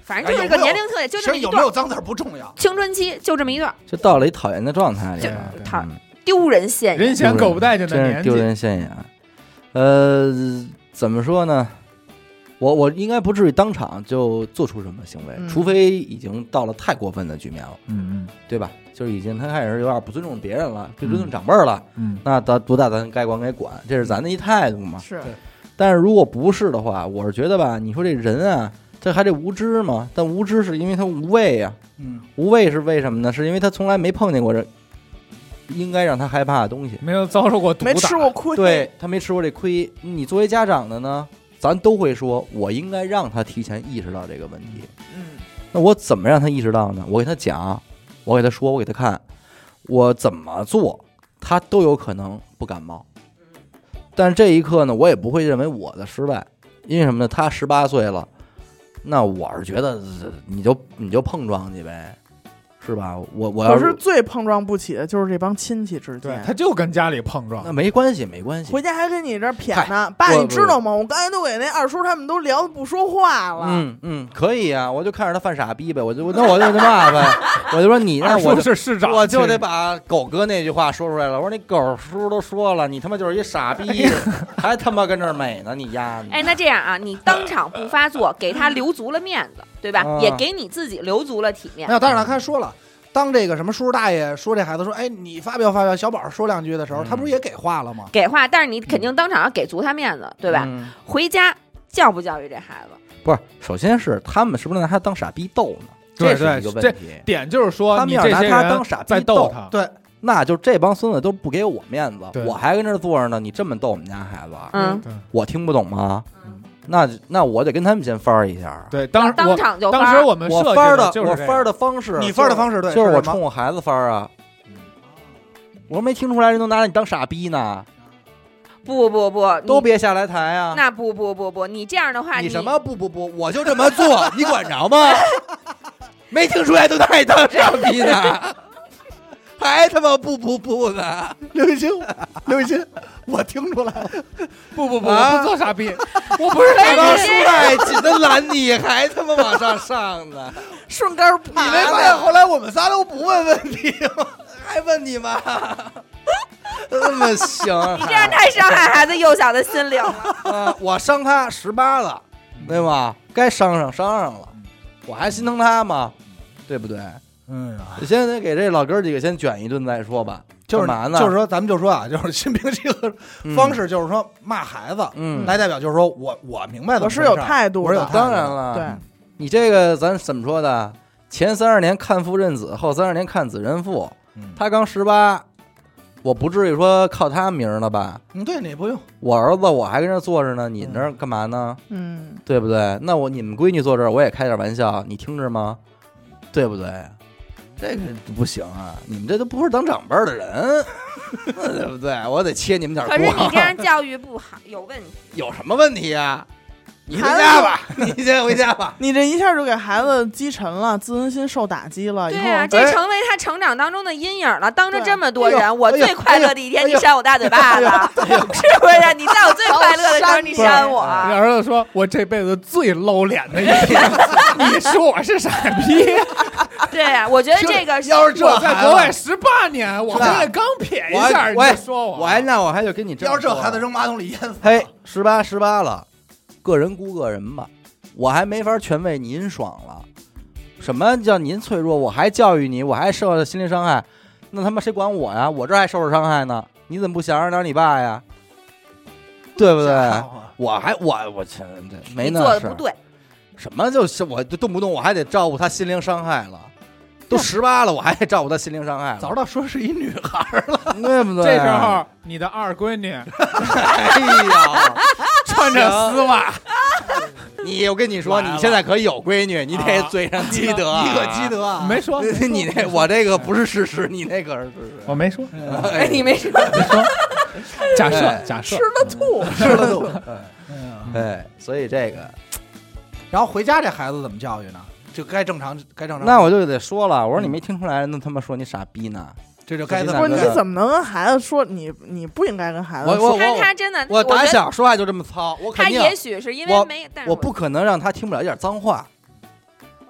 反正就是个年龄特点，就
其实
这么一段
有没有脏字儿不重要，
青春期，就这么一段
就到了一讨厌的状态里
就
了，
讨
嗯
丢人现眼。
人嫌狗不待见的
真是丢
年纪，
人现眼。呃，怎么说呢？我我应该不至于当场就做出什么行为，
嗯
除非已经到了太过分的局面了，
嗯
对吧？就是已经他开始有点不尊重别人了，不尊重长辈儿了，
嗯
那咱多大咱该管该管，这是咱的一态度嘛。
是
但是如果不是的话，我是觉得吧，你说这人啊，这还得无知吗？但无知是因为他无畏呀、
嗯，
无畏是为什么呢？是因为他从来没碰见过这应该让他害怕的东西，
没有遭受过毒打，
没吃过亏，
对他没吃过这亏。你作为家长的呢，咱都会说，我应该让他提前意识到这个问题。
嗯，
那我怎么让他意识到呢？我给他讲，我给他说，我给他看，我怎么做，他都有可能不感冒。但是这一刻呢，我也不会认为我的失败，因为什么呢？他十八岁了，那我是觉得你就你就碰撞去呗，是吧？我我要
可是最碰撞不起的就是这帮亲戚之
对，
间，
他就跟家里碰撞
那，没关系，没关系。
回家还跟你这儿谝呢。爸，
我
你知道吗？我刚才都给那二叔他们都聊得不说话了。
嗯嗯，可以呀、我就看着他犯傻逼呗，我就那我就得骂呗，我就说你那
二叔
我就是
市长，
我就得把狗哥那句话说出来了。我说你狗叔都说了，你他妈就是一傻逼，还他妈跟这儿美呢，你丫的！
哎，那这样啊，你当场不发作，给他留足了面子，对吧？
嗯
也给你自己留足了体面
没。有，但是他刚才说了。当这个什么叔叔大爷说这孩子说，哎，你发表发表，小宝说两句的时候，
嗯
他不是也给话了吗？
给话，但是你肯定当场要给足他面子，对吧？
嗯
回家教不教育这孩子？
不是，首先是他们是不是拿他当傻逼逗呢？
对
这是一个
对
问题。
点就是说，
他们要拿
你这些人
他当傻逼
在逗他，
对，
那就这帮孙子都不给我面子
对，
我还跟这儿坐着呢，你这么逗我们家孩子，
嗯，
对
我听不懂吗？
嗯
那那我得跟他们先翻儿一下。
对，当时
当
我
场就发
当时我们设计
我翻儿的
就是这样
我翻儿的方式，
你翻儿的方式对，
就是我
什么
冲我孩子翻儿啊。我说没听出来，人都拿你当傻逼呢，
不不不，你
都别下来台啊！
那不不不不，你这样的话，
你什么不不不，我就这么做，你管着吗？没听出来都拿你当傻逼呢，还他妈不不不呢！
刘雨欣，刘雨欣，我听出来了，
不不不，
啊
我不做傻逼，我不是
哎
傻逼，
刚书带紧的拦你，还他妈往上上呢？
顺杆
你
爬
没发现后来我们仨都不问问题吗？
还问你吗？这么行？
你这样太伤害孩子幼小的心灵了。
啊！我伤他十八了，对吧？该伤上伤上了，我还心疼他吗？对不对？
嗯呀，
先得给这老哥几个先卷一顿再说吧。
就是
干嘛呢？
就是说，咱们就说啊，就是心平气和方式，就是说骂孩子，
嗯，
来代表就是说我我明白的，
我是有态度的，
我是有态度的
当然了，
对，
你这个咱怎么说的？前三十年看父认子，后三十年看子认父。
嗯
他刚十八，我不至于说靠他名儿了吧？
嗯，对你不用，
我儿子我还跟这儿坐着呢，你那儿干嘛呢？
嗯，
对不对？那我你们闺女坐这儿，我也开点玩笑，你听着吗？对不对？这个不行啊！你们这都不是当长辈儿的人，对不对？我得切你们点
可是你
光
这。样教育不好，有问题。
有什么问题啊？你回
孩子
家吧，你先回家吧。
你这一下就给孩子击沉了，自尊心受打击了，以后
对呀、这
哎
成为他成长当中的阴影了。当着
对
这么多
哎呦
人，我
哎呦
最快乐的一天，
哎呦
你扇我大嘴巴子，是不是？你在我最快乐的时候，你扇我，
你儿子说我这辈子最露脸的一天，你说我是傻逼？
对呀、我觉得这个是
要是这
我在
孩
国外
子，
十八年，我回来刚撇一下，你
我
就说我，
我还那我还得跟你这么
要是这
说
孩子扔马桶里淹死，
嘿，十八十八了，个人估个人吧，我还没法全为您爽了。什么叫您脆弱？我还教育你，我还受到心理伤害，那他妈谁管我呀？我这还受着伤害呢，你怎么不想着点你爸呀？对不对？我还我我去，这没
你
那事儿。
做的不对。
什么就是我动不动我还得照顾他心灵伤害了，都十八了，我还得照顾他心灵伤害了，
早知道说是一女孩了，
对不对？
这时候你的二闺女
哎呀，
穿着丝袜，
你我跟你说，
来了
你现在可以有闺女，你得
啊
嘴上积德啊，
一个积德啊，
没说，
你那我这个不是事实，你那个是事实。
我没说，
哎，你没说，
假设
哎
假设
吃，了吐，
吃了都。
哎，所以这个，
然后回家这孩子怎么教育呢？就该正常，该正常。
那我就得说了，我说你没听出来，那他妈说你傻逼呢？
这就该怎
这
不是
么
你怎么能跟孩子说你你不应该跟孩子
我
说？
他他真的，
我打
觉得
小说话就这么糙，我肯定
他也许是因为
我
没，但是
我不可能让他听不了一点脏话。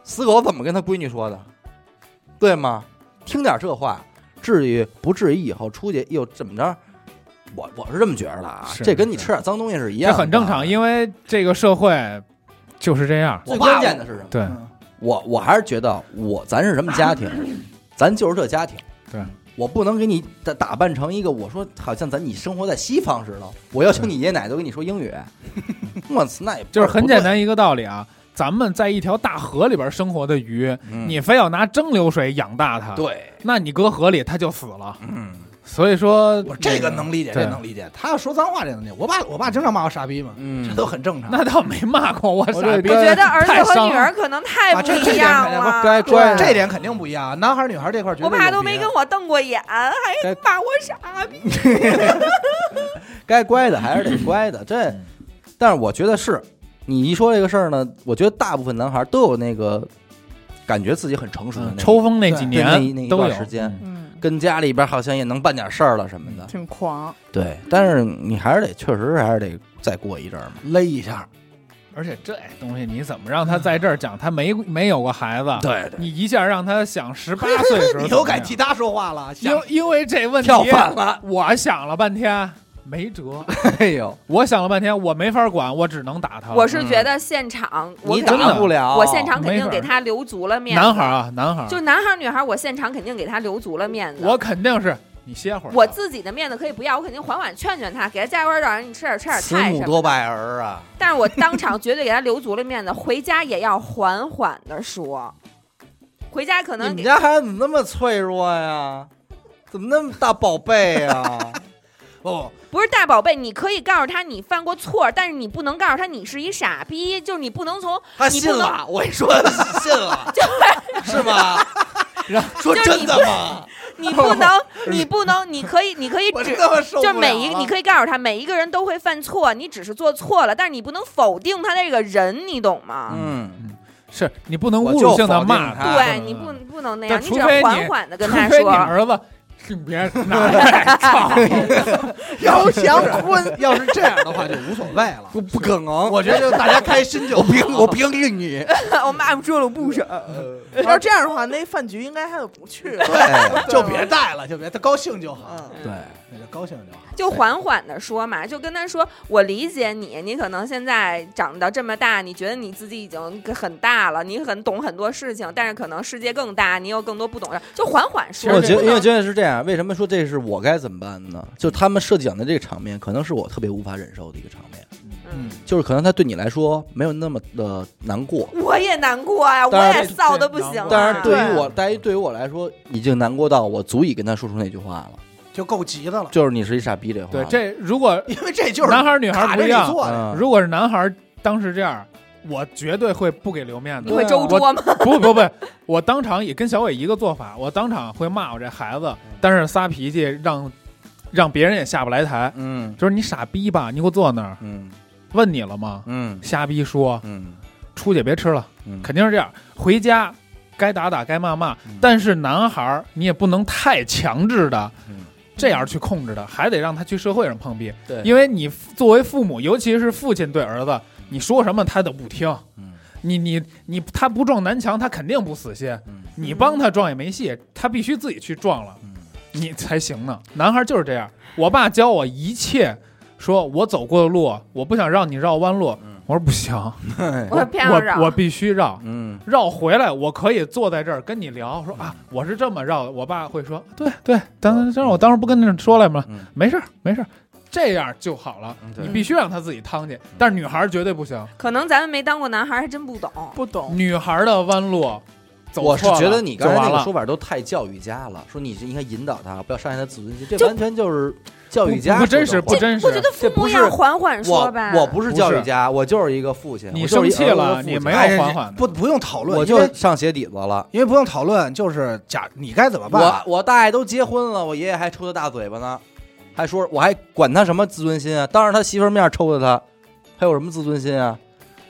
死狗怎么跟他闺女说的，对吗？听点这话，至于不至于以后出去又怎么着？我我是这么觉得的啊，
是
这跟你吃点脏东西是一
这
样的，
很正常，因为这个社会就是这样。
最关键的是什么？
对，
嗯
我我还是觉得我咱是什么家庭，咱就是这家庭。
对，
我不能给你打打扮成一个，我说好像咱你生活在西方似的，我要求你爷爷奶奶都跟你说英语，我操，那也
就是很简单一个道理啊。咱们在一条大河里边生活的鱼，
嗯
你非要拿蒸馏水养大它，
对，
那你搁河里它就死了。
嗯，
所以说
我这个能理解，
对
这能理解。他要说脏话，这能理解。我爸我爸经常骂我傻逼嘛，
嗯
这都很正常。
那倒没骂过我傻逼，
我觉得儿子
太伤
和女儿可能太
啊这这
不一样
点
了。
该
对
乖，
这点肯定不一样。男孩女孩这块绝对
我爸
有别
都没跟我瞪过眼，还
该
骂我傻逼。
该乖的还是得乖的。这，但是我觉得是你一说这个事儿呢，我觉得大部分男孩都有那个感觉自己很成熟的那
嗯抽风那几
对那一那一
年都有
段时间
嗯
嗯，
跟家里边好像也能办点事儿了什么的。
挺狂。
对，但是你还是得，确实还是得再过一阵儿嘛。
勒一下。
而且这东西你怎么让他在这儿讲？他没没有过孩子，
对对，
你一下让他想十八岁的时候，
你都敢替他说话了，
因因为这问题
跳反了。
我想了半天没辙，
哎呦，
我想了半天我没法管，我只能打他。
我是觉得现场我
你
肯定
打不了，
我现场肯定
没法
给他留足了面子。
男孩啊，男孩，
就男孩女孩，我现场肯定给他留足了面子。
我肯定是你歇会儿，
我自己的面子可以不要，我肯定缓缓劝劝他，给他加班找人你吃点吃点
慈
菜什么的。
母多败儿啊！
但是我当场绝对给他留足了面子，回家也要缓缓的说。回家可
你们
能给
家孩子怎么那么脆弱呀？怎么那么大宝贝呀？
哦，
不是大宝贝，你可以告诉他你犯过错，但是你不能告诉他你是一傻逼，就是你不能从
他
你不能
信了，我跟你说，信了，是吗？说
就是你
真的吗？
你不能，你不能，你可以，你可以只
我他妈受不了
就是每一个，
了
你可以告诉他，每一个人都会犯错，你只是做错了，但是你不能否定他这个人，你懂吗？
嗯，
是你不能
我就
侮辱性的
否定
骂
他
对，你不不能那样，
但
你只要
除非你
缓缓的跟他
除非你
说。
儿子性别拿来操，
要想坤，
要是这样的话就无所谓了。
不不可能，
我觉得就大家开心就
我评
好
我评定你，
我妈妈说了不少，
要这样的话，那饭局应该他就不去了。
对
就别带了，就别他高兴就好，
嗯，
对，
那就高兴就好。
就缓缓的说嘛，就跟他说，我理解你，你可能现在长到这么大，你觉得你自己已经很大了，你很懂很多事情，但是可能世界更大，你有更多不懂的，就缓缓说。
我觉得，
不能
因为觉得是这样，为什么说这是我该怎么办呢？就他们设讲的这个场面，可能是我特别无法忍受的一个场面，
嗯，
就是可能他对你来说没有那么的难过，
我也难过呀、我
当然
也臊的不行了。
但是对于
对
我，但是对于我来说，已经难过到我足以跟他说出那句话了，
就够急的了，
就是你是一傻逼这话。
对，这如果
因为这就是
男孩女孩
卡着你
不一样，
做的。
嗯
如果是男孩当时这样，我绝对会不给留面子
你。会周桌吗？
不不不，我当场也跟小伟一个做法，我当场会骂我这孩子，但是撒脾气让让别人也下不来台，
嗯
就是你傻逼吧，你给我坐那儿，
嗯
问你了吗？
嗯
瞎逼说，
嗯
出去别吃了，
嗯，
肯定是这样。回家该打打该骂骂，
嗯
但是男孩儿你也不能太强制的
嗯
这样去控制他，还得让他去社会上碰壁。
对，
因为你作为父母，尤其是父亲对儿子，你说什么他都不听。
嗯
你你你，他不撞南墙，他肯定不死心。
嗯
你帮他撞也没戏，他必须自己去撞了，
嗯
你才行呢。男孩就是这样。我爸教我一切，说我走过的路，我不想让你绕弯路。
嗯
我说不行，
我偏要绕
我我必须绕。
嗯
绕回来，我可以坐在这儿跟你聊，说啊，我是这么绕的。我爸会说，对对，当当我当时不跟那说来吗？
嗯
没事儿没事儿，这样就好了。
嗯对
你必须让他自己趟去，但是女孩绝对不行。
可能咱们没当过男孩，还真不懂。
不懂。
女孩的弯路，走
我是
错了
觉得你刚才
就完了
那个说法都太教育家了，说你是应该引导他，不要伤害他自尊心，这
就
完全就是教育家
不不真实
说的话
不真实
我觉得父母
这不是
要缓缓说
我
吧。
我不是
不是
教育家，我就是一个父亲。
你
我就是一
生气了
儿子的父亲
你没有
哎
缓缓的
不不用讨论，
我
因为
就上鞋底子了。
因为不用讨论，就是假你该怎么办？
我我大爷都结婚了，我爷爷还抽他大嘴巴呢，还说我还管他什么自尊心啊？当着他媳妇儿面抽的他，还有什么自尊心啊？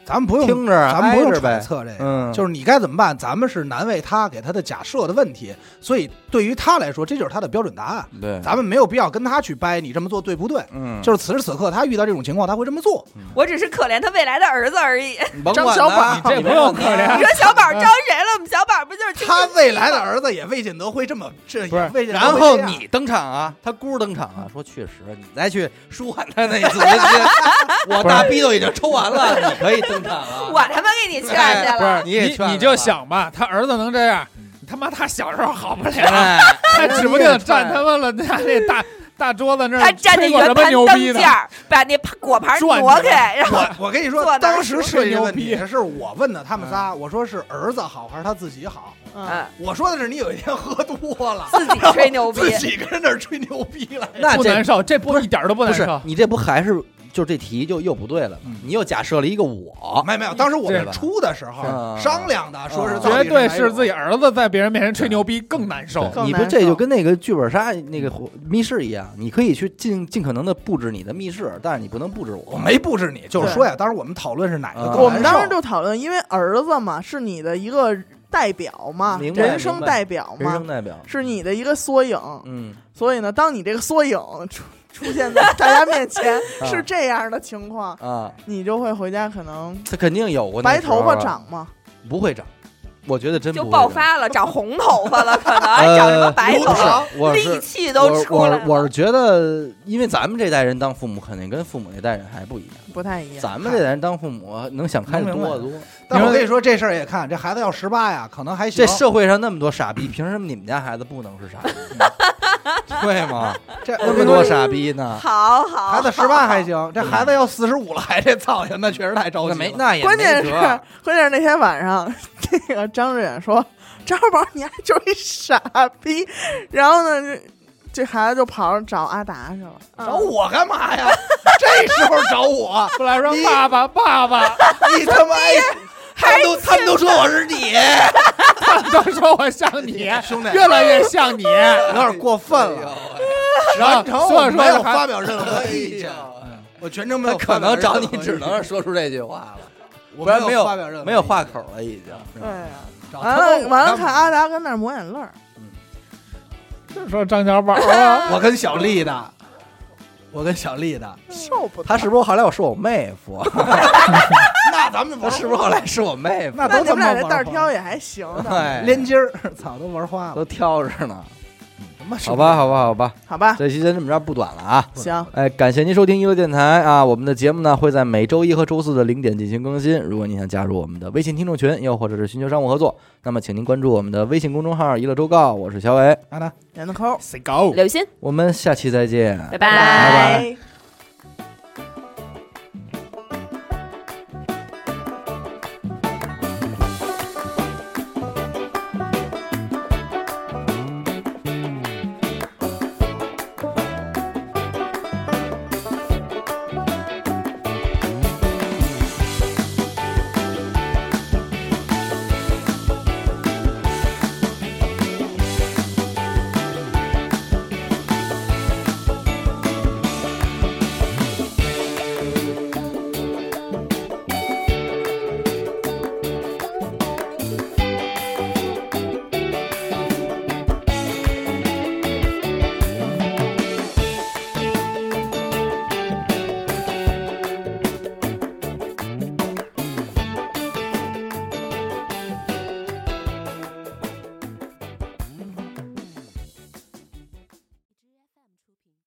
咱们不用
听着，
咱们不用揣
挨着呗。
测这个，
嗯，
就是你该怎么办？咱们是难为他给他的假设的问题，所以对于他来说，这就是他的标准答案。
对，
咱们没有必要跟他去掰，你这么做对不对？
嗯，
就是此时此刻他遇到这种情况，他会这么做。
我只是可怜他未来的儿子而已。
你甭管
张小
他
宝
这不用可怜
你说小宝招谁了？我们小宝不就是
他未来的儿子也未见得会这么这，
不是
也未见得
然
会这样
后你登场啊，他姑登场啊，说确实，你再去舒缓他那自尊心，我大逼都已经抽完了，你可以登场
我
啊。
他妈给你劝
哎
去了？
你也
你你就
劝了吧
想吧，他儿子能这样，他妈他小时候好不了，
哎，
他指不定站他妈了他那大大桌子那儿
他站那
吹过什么
圆盘
牛逼的，
灯架儿，把那果盘
转着
挪开，然后
我我跟你说
坐，那儿
当时设计这问
吹牛
题是我问的他们仨，我说是儿子好还是他自己好？
嗯，
嗯，
我说的是你有一天喝多了，
自己吹牛逼。
自己跟那儿吹牛逼来。
那这
不难受，这不一点都不
不是
难受。
你这不还是就这题就又不对了
嗯？
你又假设了一个我，
没有没有，当时我们
对吧
出的时候
嗯
商量的，说是
嗯
到底
绝对
哪种
是自己儿子在别人面前吹牛逼更难受。
更
你不
难受
这就跟那个剧本杀那个密室一样，你可以去尽尽可能的布置你的密室，但是你不能布置我。
我没布置你，就是说呀，当时我们讨论是哪个
嗯
更难受。
我们当时就讨论，因为儿子嘛是你的一个代表嘛，
明白
人生代表嘛
人生，代表，
是你的一个缩影。
嗯，
所以呢，当你这个缩影出出现在大家面前
啊
是这样的情况，
啊，
你就会回家可能
他肯定有过那
白
时候
头发长吗？
不会长，我觉得真
就
不会长
爆发了，长红头发了，可能还长什么白头
不是
发，，
我是
力气都出来了。
我我我是觉得，因为咱们这代人当父母，肯定跟父母那代人还不一样。
不太一样。
咱们这代人当父母能想开的多得多。
但我跟你说，这事儿也看，这孩子要十八呀，可能还行。
这社会上那么多傻逼，凭什么你们家孩子不能是傻逼？对吗？
这
那么多傻逼呢？
好好，
孩子十八还行，这孩子要四十五了还这造型，那确实太着
那
急了。
没那也
关键是
没辙
关键是那天晚上，这个张志远说：“张小宝，你还就是一傻逼。”然后呢，这这孩子就跑着找阿达去了。
找我干嘛呀？这时候找我，
后来说
你
爸爸爸爸，
你他妈哎！他们都他们都说我是你，
他们都说我像你，
兄弟
越来越像你。
有点过分了。
然后
全程
所
我没有
有说还
发表任何意见，我全程没有
他可
发表
能找你
任何意见，
只能是说出这句话了，
我
不然没有
发表任何
没有
意见
话口了，已经。
对呀、
找
完
他问我
了完了，
干嘛
看阿达跟那儿抹眼泪儿。
就说张小宝啊，
我跟小丽的，我跟小丽的，
受不得。
他是不是后来我是我妹夫？
那咱们
他是不是后来是我妹夫？
那都他
那你们俩这
妈玩花
袋儿挑也还行的，
哎，
连筋儿，操，都玩花了。
都挑着呢。
什么
好吧，好吧，好吧，
好吧？
这期先这么着，不短了啊。
行，
哎，感谢您收听娱乐电台啊！我们的节目呢会在每周一和周四的零点进行更新。如果您想加入我们的微信听众群，又或者是寻求商务合作，那么请您关注我们的微信公众号“娱乐周告”。我是小伟，
阿达。
点个扣，
Say go。
刘鑫，
我们下期再见。
拜
拜拜
拜。